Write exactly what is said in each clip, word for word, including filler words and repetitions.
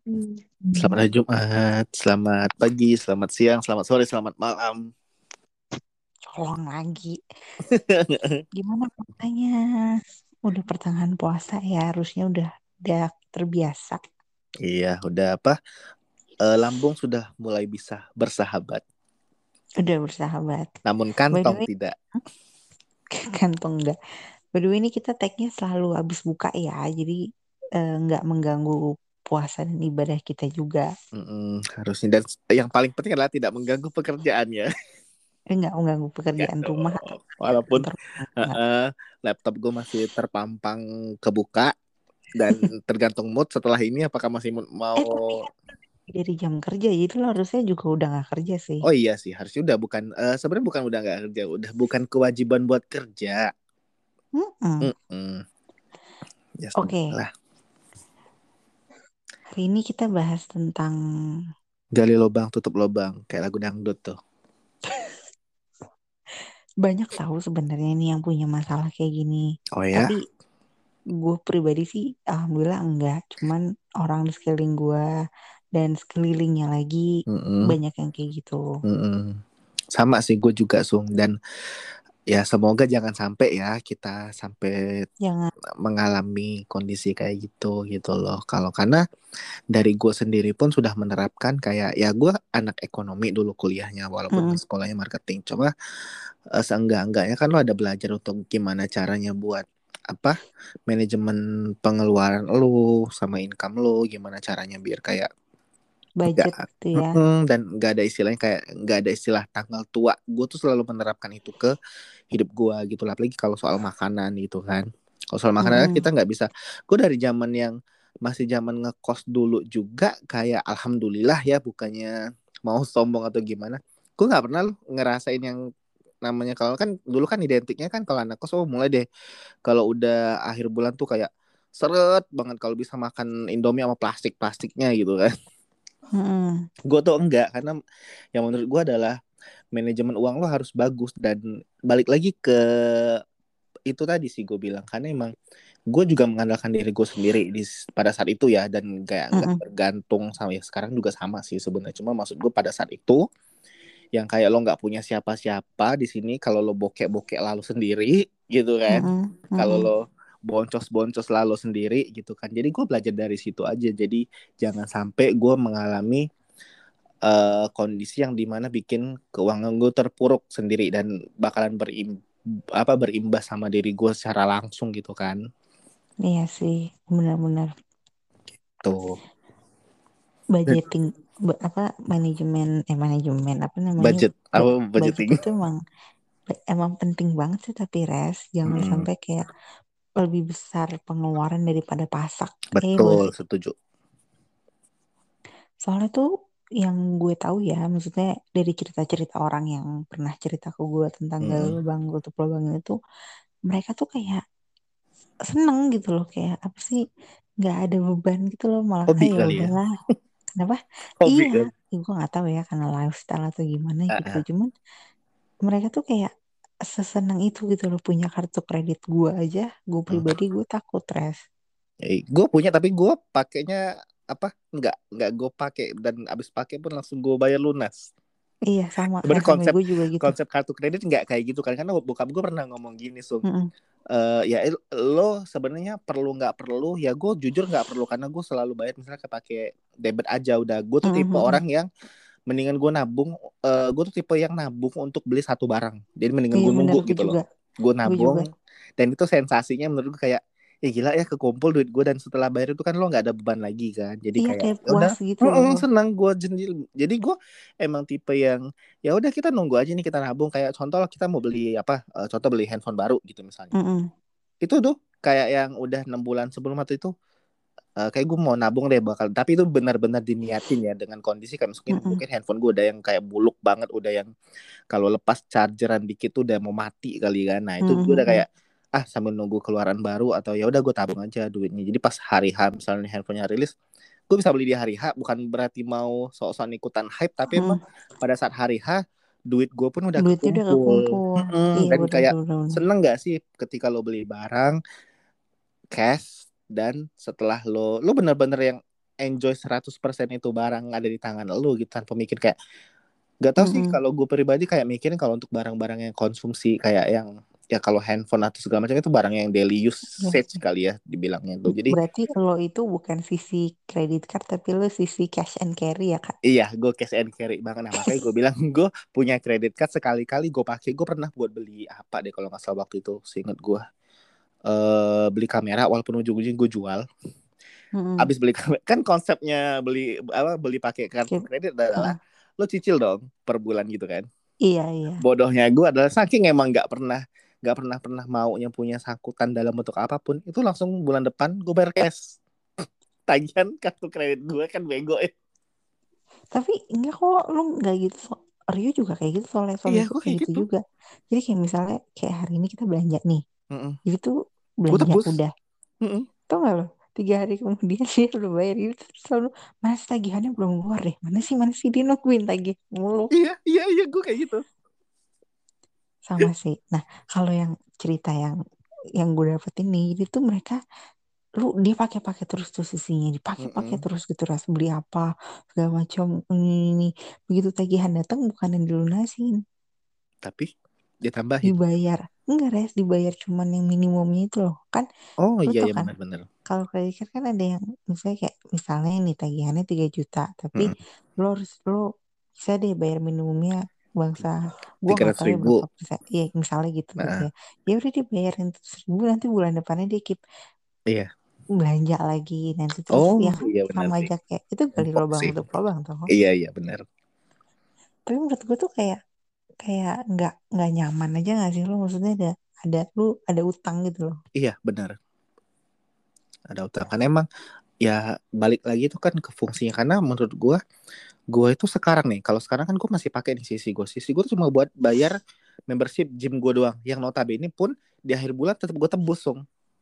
Selamat hari Jumat, selamat pagi, selamat siang, selamat sore, selamat malam. Colong lagi. Gimana puasanya? Udah pertengahan puasa ya, harusnya udah udah terbiasa. Iya, udah apa? Eh, lambung sudah mulai bisa bersahabat, Udah bersahabat. namun By the kantong way, tidak. kantong enggak. By the way, ini kita tagnya selalu habis buka ya, jadi eh, nggak mengganggu puasa dan ibadah kita juga. Mm-mm, harusnya dan yang paling penting adalah tidak mengganggu pekerjaannya. Eh, nggak mengganggu Enggak pekerjaan rumah atau dong. pekerjaan Walaupun kantor. Nggak. uh-uh, laptop gue masih terpampang kebuka dan tergantung mood setelah ini apakah masih mood mau. Eh, tapi kan dari jam kerja, jadi lo harusnya juga udah nggak kerja sih. Oh iya sih, harusnya udah bukan eh, sebenarnya bukan udah nggak kerja, udah bukan kewajiban buat kerja. Mm-mm. Mm-mm. Ya Oke, sudah. hari ini kita bahas tentang Gali lubang tutup lubang kayak lagu dangdut tuh. banyak tahu sebenarnya ini yang punya masalah kayak gini. Oh ya. Tapi gue pribadi sih alhamdulillah enggak. Cuman orang di sekeliling gue dan sekelilingnya lagi Mm-mm. banyak yang kayak gitu. Mm-mm. Sama sih gue juga Sung, dan ya semoga jangan sampai ya kita sampai Jangan. mengalami kondisi kayak gitu gitu loh. Kalau karena dari gue sendiri pun sudah menerapkan kayak ya gue anak ekonomi dulu kuliahnya walaupun Mm-mm. sekolahnya marketing. Coba eh, seenggak-enggaknya kan lo ada belajar untuk gimana caranya buat apa manajemen pengeluaran lo sama income lo, gimana caranya biar kayak nggak. Budget gitu ya. Mm-mm, dan nggak ada istilahnya kayak nggak ada istilah tanggal tua. Gue tuh selalu menerapkan itu ke hidup gue gitu lah, apalagi kalau soal makanan gitu kan. Kalau soal makanan kan Mm-mm. kita nggak bisa. Gue dari zaman yang masih zaman ngekos dulu juga kayak alhamdulillah ya, bukannya mau sombong atau gimana, gue nggak pernah loh ngerasain yang namanya, kalau kan dulu kan identiknya kan kalau anak kos oh mulai deh kalau udah akhir bulan tuh kayak seret banget kalau bisa makan Indomie sama plastik-plastiknya gitu kan. Mm-mm. Gue tuh enggak, karena yang menurut gue adalah manajemen uang lo harus bagus, dan balik lagi ke itu tadi sih gue bilang, karena emang gue juga mengandalkan diri gue sendiri di pada saat itu ya, dan kayak nggak Mm-mm. bergantung sama ya sekarang juga sama sih sebenarnya, cuma maksud gue pada saat itu yang kayak lo nggak punya siapa-siapa di sini, kalau lo bokek-bokek lalu sendiri gitu kan, Mm-mm. kalau Mm-mm. lo boncos-boncos lalu sendiri gitu kan, jadi gue belajar dari situ aja, jadi jangan sampai gue mengalami eh, kondisi yang dimana bikin keuangan gue terpuruk sendiri dan bakalan berim apa berimbas sama diri gue secara langsung gitu kan. Iya sih, benar-benar Tuh. Dan budgeting ba- apa manajemen eh manajemen apa namanya budget apa ba- budget budgeting. itu emang emang penting banget sih, tapi res jangan Mm-mm. sampai kayak lebih besar pengeluaran daripada pasak. Eh bukan Betul, sih. setuju. Soalnya tuh yang gue tahu ya, maksudnya dari cerita-cerita orang yang pernah cerita ke gue tentang gali Mm-mm. lubang tutup lubang itu, mereka tuh kayak seneng gitu loh, kayak apa sih, nggak ada beban gitu loh, malah ah Hobi ya kali ya. udahlah. Kenapa? Hobi Iya, kan. ya, gue nggak tahu ya karena lifestyle atau gimana gitu. Uh-uh. Cuman mereka tuh kayak seseneng itu gitu loh, punya kartu kredit. Gue aja, gue pribadi gue takut res. Eh, gue punya tapi gue pakainya apa? Nggak nggak gue pakai, dan abis pakai pun langsung gue bayar lunas. Iya sama kayak Sebenarnya suami konsep gue juga gitu. konsep kartu kredit nggak kayak gitu kan, karena bokap gue pernah ngomong gini Sung. Mm-mm. Eh ya lo sebenarnya perlu nggak perlu ya, gue jujur nggak perlu karena gue selalu bayar misalnya pakai debit aja udah. Gue tuh tipe Mm-mm. orang yang mendingan gue nabung. Eh gue tuh tipe yang nabung untuk beli satu barang, jadi mendingan Iya gue bener, nunggu gue gitu loh. juga. Gue Gue juga. nabung, dan itu sensasinya menurut gue kayak ya gila ya, kekumpul duit gue, dan setelah bayar itu kan lo nggak ada beban lagi kan, jadi Iya kayak kayak ya udah. puas gitu Mm-mm, loh. senang gue jendil. Jadi gue emang tipe yang ya udah kita nunggu aja nih, kita nabung kayak contoh kita mau beli apa, eh, contoh beli handphone baru gitu misalnya, Mm-mm. itu tuh kayak yang udah enam bulan sebelum atau itu, eh, kayak gue mau nabung deh bakal, tapi itu benar-benar diniatin ya dengan kondisi kayak mungkin Mm-mm. mungkin handphone gue udah yang kayak buluk banget, udah yang kalau lepas chargeran dikit tuh udah mau mati kali kan. Nah itu gue udah Mm-mm. kayak ah sambil nunggu keluaran baru, atau ya udah gue tabung aja duitnya, jadi pas hari H misalnya handphonenya rilis, gue bisa beli di hari H, bukan berarti mau sok-sokan ikutan hype, tapi emang Mm-mm. pada saat hari H duit gue pun udah Duitnya udah kekumpul. kekumpul. Mm-mm. Iya Dan bener kayak bener bener. seneng gak sih ketika lo beli barang cash, dan setelah lo lo bener-bener yang enjoy seratus persen itu barang ada di tangan lu gitu tanpa mikir kayak gak tau sih Mm-mm. kalau gue pribadi kayak mikirin kalau untuk barang-barang yang konsumsi kayak yang ya kalau handphone atau segala macam itu barang yang daily Iya usage sih. kali ya dibilangnya tuh. Jadi Berarti lo itu bukan sisi credit card tapi lo sisi cash and carry ya kak? iya gue cash and carry banget. Nah makanya gue bilang gue punya credit card sekali-kali gue pakai. Gue pernah buat beli apa deh kalau nggak salah waktu itu seinget gue eh beli kamera walaupun ujung-ujungnya gue jual. Mm-mm. Abis beli kamera kan konsepnya beli apa beli pakai kartu Kayak- kredit adalah Heeh. lo cicil dong per bulan gitu kan. Iya iya. Bodohnya gue adalah saking emang nggak pernah nggak pernah pernah maunya punya sakutan dalam bentuk apapun itu langsung bulan depan gue bayar cash tagihan kartu kredit gue kan bego ya. Tapi enggak kok lu nggak gitu. So, Rio juga kayak gitu soalnya Iya suamiku gue kayak kayak gitu gitu. juga. Jadi kayak misalnya kayak hari ini kita belanja nih. Jadi tuh Gue belanja tebus. udah. Mm-mm. Tau gak lo? Tiga hari kemudian dia udah bayar gitu. Terus selalu mas tagihannya belum keluar deh. Mana sih mana sih dia nungguin tagih mulu. Iya iya iya gue kayak gitu. Sama sih. Nah kalau yang cerita yang yang gue dapetin nih, jadi tuh mereka lu dia pakai-pakai terus tuh sisinya dipakai-pakai Mm-mm. terus gitu ras beli apa segala macam ini, ini begitu tagihan datang bukan yang dilunasin Tapi ditambahin. dibayar enggak res dibayar cuman yang minimumnya itu loh kan Oh lu iya tau iya kan benar-benar. kalau kredit card kan ada yang misalnya kayak misalnya nih tagihannya tiga juta tapi lo harus lo bisa deh bayar minimumnya bangsa gua Tiga nggak ratus tahu ya berapa ribu. persen iya misalnya gitu gitu Nah, ya ya udah dibayarin seribu nanti bulan depannya dia keep iya. belanja lagi nanti terus Oh ya kan iya benar sama sih. aja kayak itu gali lubang Impulsif. untuk lubang tuh Iya iya benar. tapi menurut gue tuh kayak kayak nggak nggak nyaman aja nggak sih lo maksudnya ada ada lu ada utang gitu loh. Iya benar. Ada utang kan emang ya balik lagi itu kan ke fungsinya karena menurut gue gue itu sekarang nih kalau sekarang kan gue masih pakai nih sisi gue sisi gue tuh cuma buat bayar membership gym gue doang yang notabene pun di akhir bulan tetap gue tebus dong.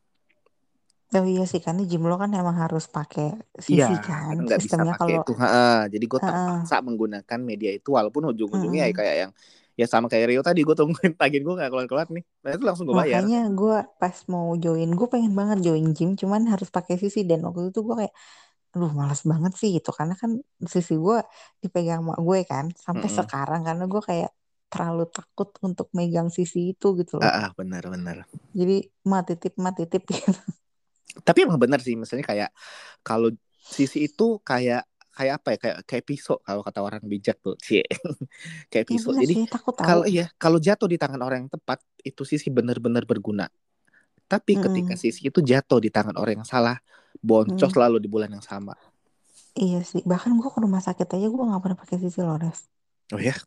Oh iya sih karena gym lo kan emang harus pakai Iya sisi kan kan nggak bisa sistemnya pakai kalau itu ha, jadi gue terpaksa menggunakan media itu walaupun ujung-ujungnya ya kayak yang ya sama kayak Rio tadi gue tungguin tagih gue nggak keluar-keluar nih nah itu langsung gue bayar. makanya gue pas mau join gue pengen banget join gym cuman harus pakai sisi dan waktu itu gue kayak aduh malas banget sih gitu karena kan sisi gue dipegang sama gue kan sampai Mm-mm. sekarang karena gue kayak terlalu takut untuk megang sisi itu gitu loh Ah, ah, benar-benar jadi mah titip mah titip gitu. tapi emang benar sih misalnya kayak kalau sisi itu kayak kayak apa ya kayak kayak pisau kalau kata orang bijak tuh cie kayak Iya pisau bener jadi sih takut tahu. kalau iya kalau jatuh di tangan orang yang tepat itu sisi benar-benar berguna tapi ketika Mm-mm. sisi itu jatuh di tangan orang yang salah boncos Mm. lalu di bulan yang sama. Iya sih bahkan gue ke rumah sakit aja gue nggak pernah pakai sisi lores. Oh ya.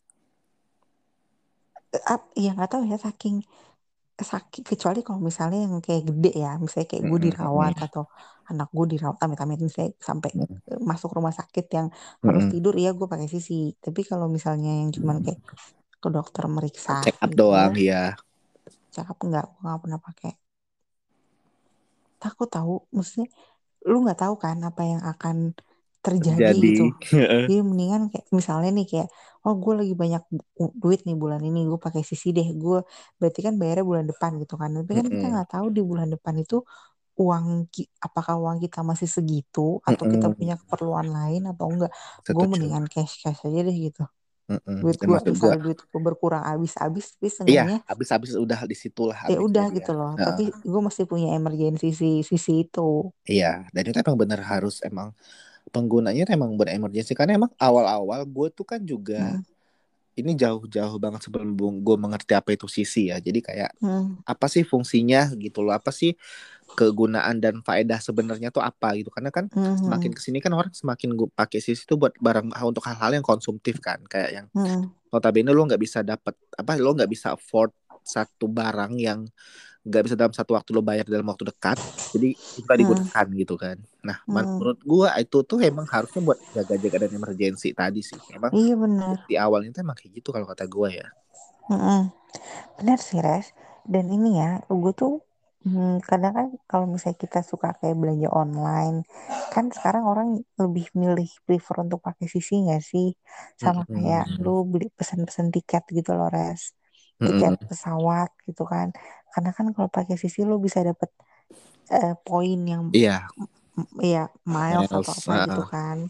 Eh, ap- ya nggak tahu ya saking sakit kecuali kalau misalnya yang kayak gede ya misalnya kayak gue Mm-mm, dirawat mm-mm, atau anak gue dirawat amit-amit misalnya sampai mm-mm, eh, masuk rumah sakit yang harus mm-mm. tidur ya gue pakai sisi tapi kalau misalnya yang cuman kayak ke dokter meriksa Check up gitu doang ya. cakep nggak gue nggak pernah pakai takut tahu maksudnya lu nggak tahu kan apa yang akan terjadi gitu Jadi jadi mendingan kayak misalnya nih kayak oh gue lagi banyak bu- duit nih bulan ini gue pakai sisi deh gue berarti kan bayarnya bulan depan gitu kan tapi kan kita mm-mm, nggak tahu di bulan depan itu uang ki- apakah uang kita masih segitu atau kita mm-mm. punya keperluan lain atau enggak gue Setuju. mendingan cash cash aja deh gitu Mm-mm. duit Dan gue maksud gue misalnya duit gue berkurang habis-habis tapi iya seenggaknya habis-habis udah di situlah ya habisnya udah dia. gitu loh tapi Heeh. gue mesti punya emergency si sisi itu. Iya dan itu emang bener harus emang penggunanya tuh emang beremergensi karena emang awal-awal gue tuh kan juga Hmm, ini jauh-jauh banget sebelum gue mengerti apa itu sisi ya jadi kayak hmm, apa sih fungsinya gitu loh apa sih kegunaan dan faedah sebenarnya tuh apa gitu karena kan hmm, semakin hmm, kesini kan orang semakin gue pakai sisi itu buat barang untuk hal-hal yang konsumtif kan kayak yang hmm, notabene lo nggak bisa dapat apa lo nggak bisa afford satu barang yang nggak bisa dalam satu waktu lo bayar dalam waktu dekat jadi bisa hmm, digunakan gitu kan nah hmm. menurut gue itu tuh emang harusnya buat jaga-jaga dan emergensi tadi sih emang Iya benar. di awalnya tuh emang kayak gitu kalau kata gue ya. Mm-mm. Benar sih Res. Dan ini ya, gue tuh hmm, kadang kan kalau misalnya kita suka kayak belanja online, kan sekarang orang lebih milih prefer untuk pakai sisi nggak sih? Sama kayak lu Mm-mm. beli pesan-pesan tiket gitu loh Res. Tiket Mm-mm. pesawat gitu kan. Karena kan kalau pakai sisi lu bisa dapet eh, poin yang Iya ya miles atau Miles, apa gitu uh, kan.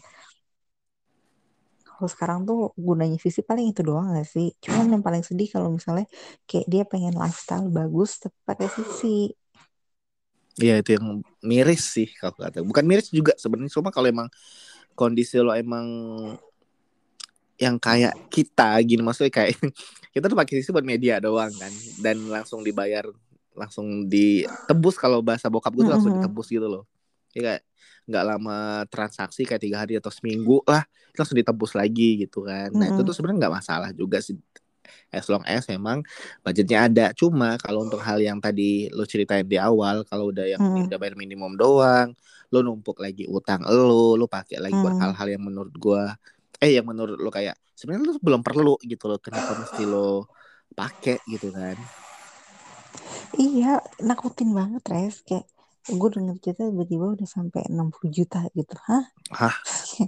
Kalau sekarang tuh gunanya visi paling itu doang gak sih? Cuman yang paling sedih kalau misalnya kayak dia pengen lifestyle bagus tapi pakai visi. ya itu yang miris sih kalau kata. Bukan miris juga sebenarnya, cuma kalau emang kondisi lo emang yang kayak kita gini, maksudnya kayak kita tuh pakai sisi buat media doang kan, dan langsung dibayar, langsung ditebus, kalau bahasa bokap gue tuh langsung Mm-mm. ditebus gitu loh. Ya kayak nggak lama transaksi, kayak tiga hari atau seminggu lah langsung ditebus lagi gitu kan. Nah itu tuh Mm-mm. sebenarnya nggak masalah juga sih, as long as memang budgetnya ada. Cuma kalau untuk hal yang tadi lo ceritain di awal, kalau udah yang Mm-mm. udah bayar minimum doang, lo numpuk lagi utang lo, lo pakai lagi buat Mm. hal-hal yang menurut gua, eh yang menurut lo kayak sebenarnya lo belum perlu gitu loh, kenapa mesti lo pakai gitu kan. Iya, nakutin banget Res. Kayak gue denger cerita tiba-tiba udah sampai enam puluh juta gitu. Hah? Hah.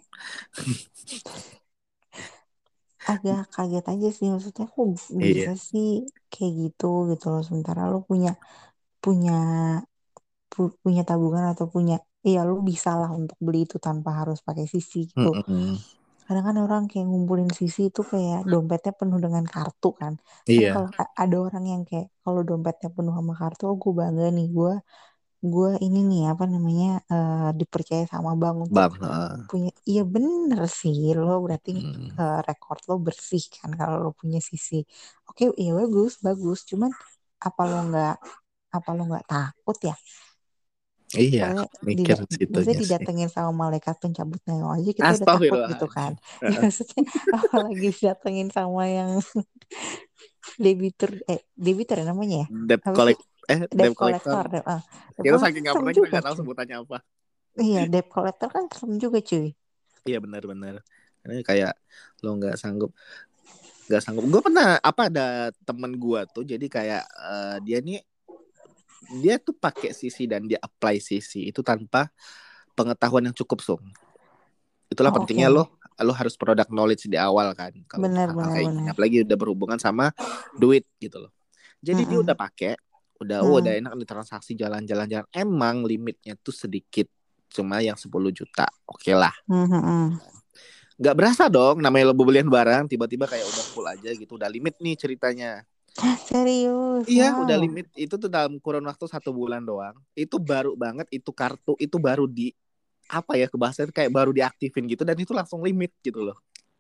Agak kaget aja sih. Maksudnya kok bisa Iya, sih kayak gitu gitu loh. Sementara lo punya punya pu- punya tabungan atau punya, iya lu bisa lah untuk beli itu tanpa harus pakai sisi gitu. mm-mm. Kadang kan orang kayak ngumpulin sisi itu kayak dompetnya penuh dengan kartu kan. Kan Iya, kalau a- ada orang yang kayak kalau dompetnya penuh sama kartu, oh gue bangga nih, gue gue ini nih apa namanya, eh, dipercaya sama bank untuk bang. Uh, punya. Iya bener sih, lo berarti mm. eh, rekor lo bersih kan kalau lo punya sisi. Oke, iya bagus bagus. Cuman apa lo nggak apa lo nggak takut ya? Iya, Soalnya mikir tidak, maksudnya situnya sih. didatengin sama malaikat pencabut nyawa aja kita udah takut gitu kan. Astagfirullahaladzim. Ya maksudnya apalagi didatengin sama yang debitur, eh debitur ya namanya ya. Debt Apa sih? collect eh Debt debt collector. collector. Debt, ah. Debt Kita collector saking kan nggak serem pernah kita juga nggak tahu cuy. sebutannya apa. Iya, debt collector kan serem juga cuy. Iya benar-benar. Ini kayak lo nggak sanggup, nggak sanggup. Gue pernah apa, ada temen gue tuh, jadi kayak eh, dia nih, dia tuh pakai sisi dan dia apply sisi itu tanpa pengetahuan yang cukup, Sung. Itulah Oh, pentingnya oke. lo lo harus product knowledge di awal kan, kalau untuk Benar hal-hal benar kayak gini, benar. apalagi udah berhubungan sama duit gitu loh. Jadi dia udah Mm-mm. pakai, udah oh udah Mm. enak nih transaksi jalan-jalan-jalan. Emang limitnya tuh sedikit, cuma yang sepuluh juta. Oke lah. Mm-mm. Nggak berasa dong, namanya lo belian barang, tiba-tiba kayak udah full aja gitu, udah limit nih ceritanya. Serius, Iya, udah wow. limit itu tuh dalam kurun waktu satu bulan doang. Itu baru banget, itu kartu itu baru di apa ya, kebahasanya kayak baru diaktifin gitu, dan itu langsung limit gitu loh.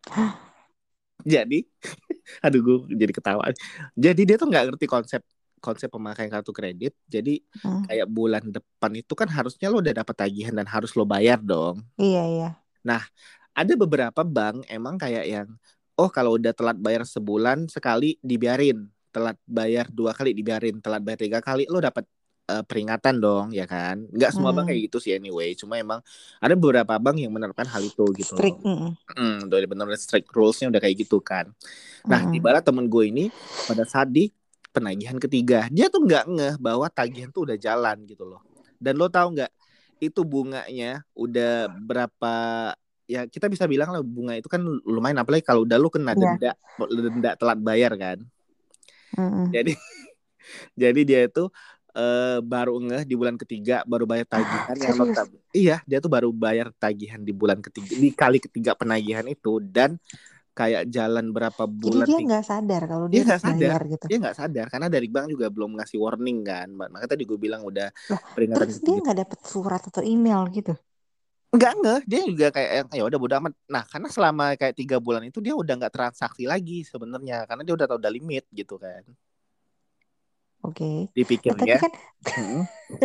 Jadi, aduh gue jadi ketawa. Jadi dia tuh nggak ngerti konsep konsep pemakaian kartu kredit. Jadi Mm. kayak bulan depan itu kan harusnya lo udah dapat tagihan dan harus lo bayar dong. Iya iya. Nah, ada beberapa bank emang kayak yang, oh kalau udah telat bayar sebulan sekali dibiarin, telat bayar dua kali dibiarin, telat bayar tiga kali lo dapat eh, peringatan dong, ya kan? Nggak semua bank Mm. kayak gitu sih anyway, cuma emang ada beberapa bank yang menerapkan hal itu gitu loh. Strict. Mm. Hmm, udah benar-benar strict rulesnya udah kayak gitu kan. Nah, Mm. tibalah temen gue ini pada saat di penagihan ketiga, dia tuh nggak ngeh bahwa tagihan tuh udah jalan gitu loh. Dan lo tahu nggak, itu bunganya udah berapa, ya kita bisa bilang lah bunga itu kan lumayan, apalagi kalau udah lo kena Iya. denda denda telat bayar kan. Mm. Jadi jadi dia itu eh, baru ngeh di bulan ketiga, baru bayar tagihan yang Serius. notabene. Iya, dia tuh baru bayar tagihan di bulan ketiga, di kali ketiga penagihan itu, dan kayak jalan berapa Jadi bulan dia nih. nggak sadar kalau dia Dia harus nggak sadar, bayar gitu. dia nggak sadar karena dari bank juga belum ngasih warning kan. Makanya tadi gue bilang udah Lah, peringatan terus dia ketiga. nggak dapet surat atau email gitu. Nggak ngeh, dia juga kayak yang ya udah bodo amat. Nah karena selama kayak tiga bulan itu dia udah nggak transaksi lagi sebenarnya, karena dia udah tahu udah limit gitu kan. Oke. Nah, tapi Dipikirnya, kan hmm,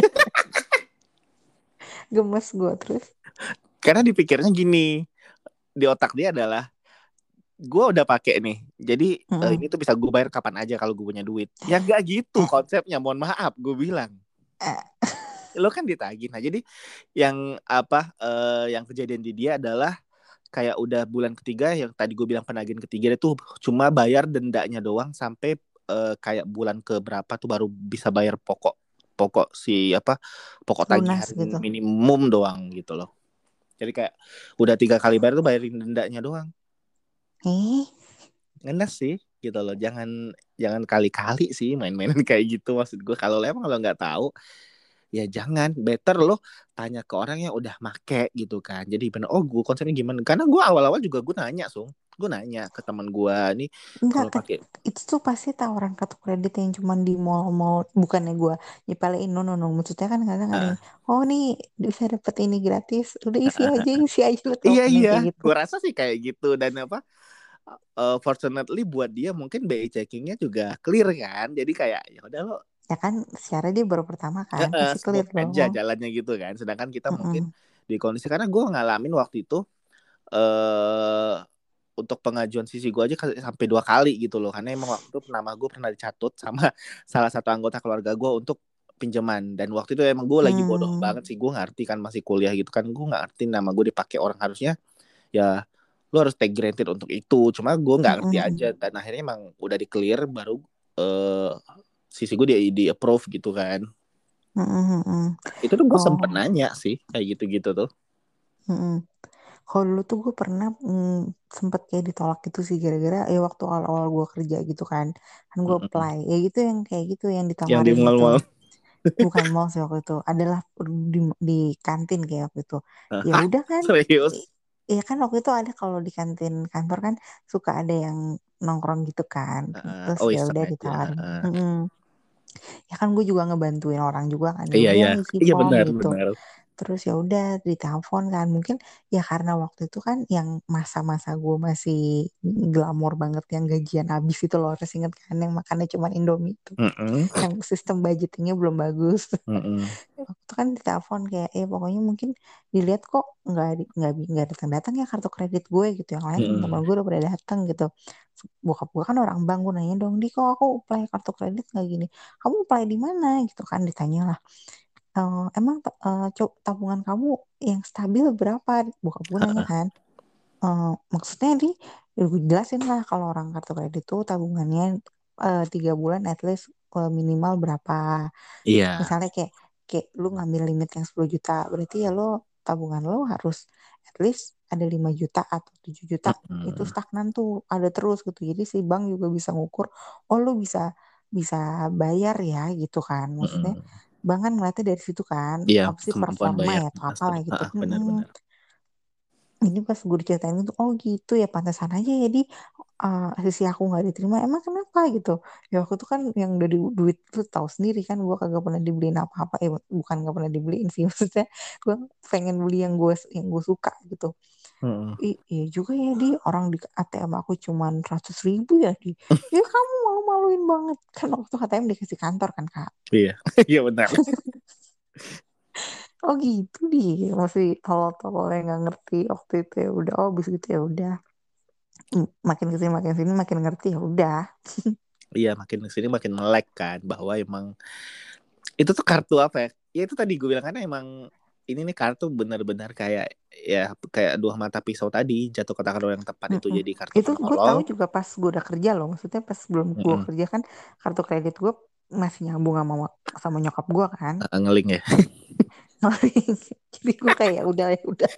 gemes gue terus. karena dipikirnya gini, di otak dia adalah gue udah pakai nih, jadi eh, ini Mm-mm. tuh bisa gue bayar kapan aja kalau gue punya duit. Ya nggak gitu Eh, konsepnya, mohon maaf gue bilang. eh. Lo kan ditagih. Nah jadi yang apa eh, yang kejadian di dia adalah kayak udah bulan ketiga, yang tadi gue bilang penagihan ketiga itu cuma bayar dendanya doang sampai eh, kayak bulan ke berapa tuh baru bisa bayar pokok pokok si apa pokok Lunas tagihan gitu. minimum doang gitu loh. Jadi kayak udah tiga kali bayar tuh bayarin dendanya doang. Eh, Ngenes sih gitu loh. Jangan jangan kali-kali sih main-mainan kayak gitu, maksud gue. Kalau lo emang kalau nggak tahu ya jangan, better lo tanya ke orang yang udah make gitu kan. Jadi bener, oh gue konsepnya gimana? Karena gue awal-awal juga gue nanya, Sung. Gue nanya ke teman gue nih Enggak, kalau ke- pakai itu tuh pasti tawaran kartu kredit yang cuman di mall-mall, bukannya gue nyepelein, no, no, no. Maksudnya kan kadang ada yang, uh, oh nih bisa dapet ini gratis, udah uh, isi uh, aja, uh. isi aja, lo tau Iya kan yang iya, kayak gitu. gue rasa sih kayak gitu dan apa? Uh, fortunately buat dia mungkin B I checkingnya juga clear kan. Jadi kayak ya udah lo Ya kan, secara dia baru pertama kan, uh, pasti clear smooth aja dong. jalannya gitu kan. Sedangkan kita mungkin Mm-mm. di kondisi karena gue ngalamin waktu itu eh untuk pengajuan sisi gue aja sampai dua kali gitu loh karena emang waktu itu nama gue pernah dicatut sama salah satu anggota keluarga gue untuk pinjaman dan waktu itu emang gue lagi bodoh Hmm. banget sih gue ngerti kan masih kuliah gitu kan gue nggak ngerti nama gue dipakai orang harusnya ya lu harus take granted untuk itu cuma gue nggak ngerti aja Mm-mm. dan akhirnya emang udah di clear baru eh sisi gue di di approve gitu kan Mm-mm. itu tuh gue sempet Oh. nanya sih kayak gitu-gitu tuh. Mm-mm. Kalau dulu tuh gue pernah mm, sempet kayak ditolak gitu sih gara-gara ya waktu awal-awal gue kerja gitu kan, kan gue Mm-mm. apply ya gitu yang kayak gitu yang Yang di ditawarin gitu. mall-mall. Bukan mall sih waktu itu, adalah di, di kantin kayak waktu itu. Ya Hah? udah kan, i- Serius? ya kan waktu itu ada kalau di kantin kantor kan suka ada yang nongkrong gitu kan. Uh, Terus oh ya iseng udah aja. ditawarin. Uh, Mm-mm. Ya kan gue juga ngebantuin orang juga kan. Ya iya udah ya, isi iya form benar gitu. benar. Terus ya udah ditelepon kan. Mungkin ya karena waktu itu kan yang masa-masa gue masih glamor banget yang gajian habis itu loh. Harus inget kan yang makannya cuma Indomie itu. Mm-mm, Yang sistem budgetingnya belum bagus. mm-mm, Waktu kan ditelepon kayak eh pokoknya mungkin dilihat kok nggak di- nggak bi- nggak datang datang ya kartu kredit gue gitu, yang lain teman-teman mm-mm, gue udah pada datang gitu. Bokap gue kan orang bank, gue nanya dong, di kok aku apply kartu kredit nggak gini, kamu apply di mana gitu kan, ditanya lah. "Eh, emang eh, co- tabungan kamu yang stabil berapa?" Bokap gue nanya uh-uh, kan. Eh, maksudnya di gue jelasin lah kalau orang kartu kredit tuh tabungannya eh, tiga bulan at least eh, minimal berapa. iya, Misalnya kayak kayak lu ngambil limit yang sepuluh juta, berarti ya lo tabungan lo harus at least ada lima juta atau tujuh juta, itu mm-mm, stagnan tuh ada terus gitu. Jadi si bank juga bisa ngukur, oh lu bisa bisa bayar ya gitu kan. Maksudnya mm-mm. bank kan ngeliatnya dari situ kan, Iya apa sih kemampuan performa bayar ya atau mas apalah benar, gitu. uh, Mm-mm. benar-benar. Ini pas gue diceritain itu, oh gitu ya pantesan aja jadi uh, sisi aku nggak diterima, emang kenapa gitu. Ya waktu itu kan yang dari duit tuh tahu sendiri kan, gue kagak pernah dibeliin apa-apa, eh bukan gak pernah dibeliin sih maksudnya gue pengen beli yang gue yang gue suka gitu. Mm-mm. Ih, iya juga ya, di orang di A T M aku cuman ratus ribu ya, di ya kamu malu-maluin banget kan, waktu A T M dikasih kantor kan kak. Iya, iya benar. Oh gitu, di masih tolol-tolol yang nggak ngerti waktu itu. Ya udah, oh bis gitu ya udah. Hmm, makin kesini makin sini makin ngerti, ya udah. Iya makin kesini makin melek kan bahwa emang itu tuh kartu apa ya? Ya itu tadi gue bilang karena emang ini nih kartu benar-benar kayak ya kayak dua mata pisau tadi jatuh ke tangan orang yang tepat itu Mm-mm. jadi kartu Itu gue penolong. tahu juga pas gue udah kerja loh, maksudnya pas sebelum gue Mm-mm. kerja kan kartu kredit gue masih nyambung sama sama nyokap gue kan. Uh, ngeling ya. Jadi gue kayak "Ya udah ya udah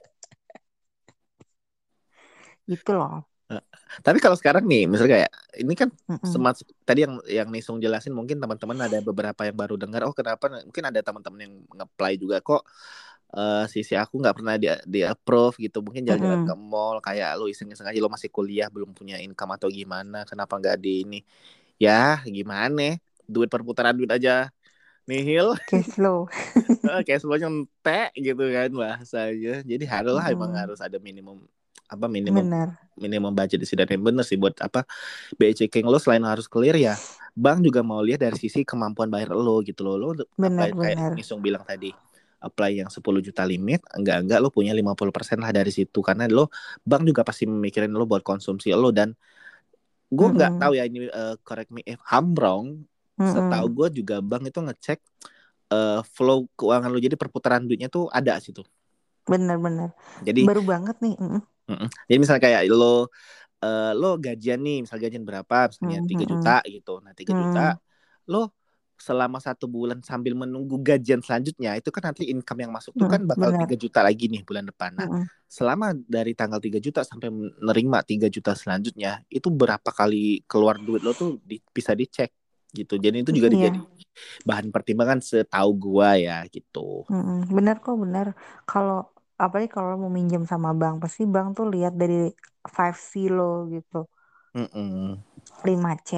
gitu loh. Uh, Tapi kalau sekarang nih, misalnya kayak ini kan Mm-mm. semacam tadi yang yang Nisung jelasin mungkin teman-teman ada beberapa yang baru dengar oh kenapa mungkin ada teman-teman yang nge-apply juga kok eh sisi aku nggak pernah di di approve gitu mungkin jalan-jalan ke Mm-mm. mall kayak lu iseng-iseng aja lu masih kuliah belum punya income atau gimana kenapa nggak di ini ya gimana duit perputaran duit aja nihil. Cash flow. Eh, kayak semuanya entek gitu kan bahasanya. Jadi haruslah emang Mm-mm. harus ada minimum apa minimum Bener, minimum budget di sini dan yang bener sih buat apa B I checking lo selain harus clear ya bank juga mau lihat dari sisi kemampuan bayar lo gitu loh lo bener, apply kayak bener. Nisung bilang tadi apply yang sepuluh juta limit enggak enggak lo punya lima puluh persen lah dari situ karena lo bank juga pasti memikirin lo buat konsumsi lo dan gue nggak tahu Mm-mm. ya ini uh, correct me if I'm wrong setahu Mm-mm. gue juga bank itu ngecek uh, flow keuangan lo jadi perputaran duitnya tuh ada situ Bener, bener. jadi Baru banget nih. Mm-mm. mm-mm. Jadi misalnya kayak lo eh, lo gajian nih misal gajian berapa misalnya tiga Mm-mm. juta gitu nah tiga juta Mm-mm. lo selama satu bulan sambil menunggu gajian selanjutnya itu kan nanti income yang masuk tuh kan Mm-mm. bakal Bener. tiga juta lagi nih bulan depan nah Mm-mm. selama dari tanggal tiga juta sampai menerima tiga juta selanjutnya itu berapa kali keluar duit lo tuh di, bisa dicek gitu. Jadi itu juga Iya. jadi bahan pertimbangan setahu gua ya gitu. Mm-mm. Bener kok, bener. Kalau apalagi kalau mau minjem sama bank, pasti bank tuh lihat dari five C lo gitu. Mm-mm. Lima c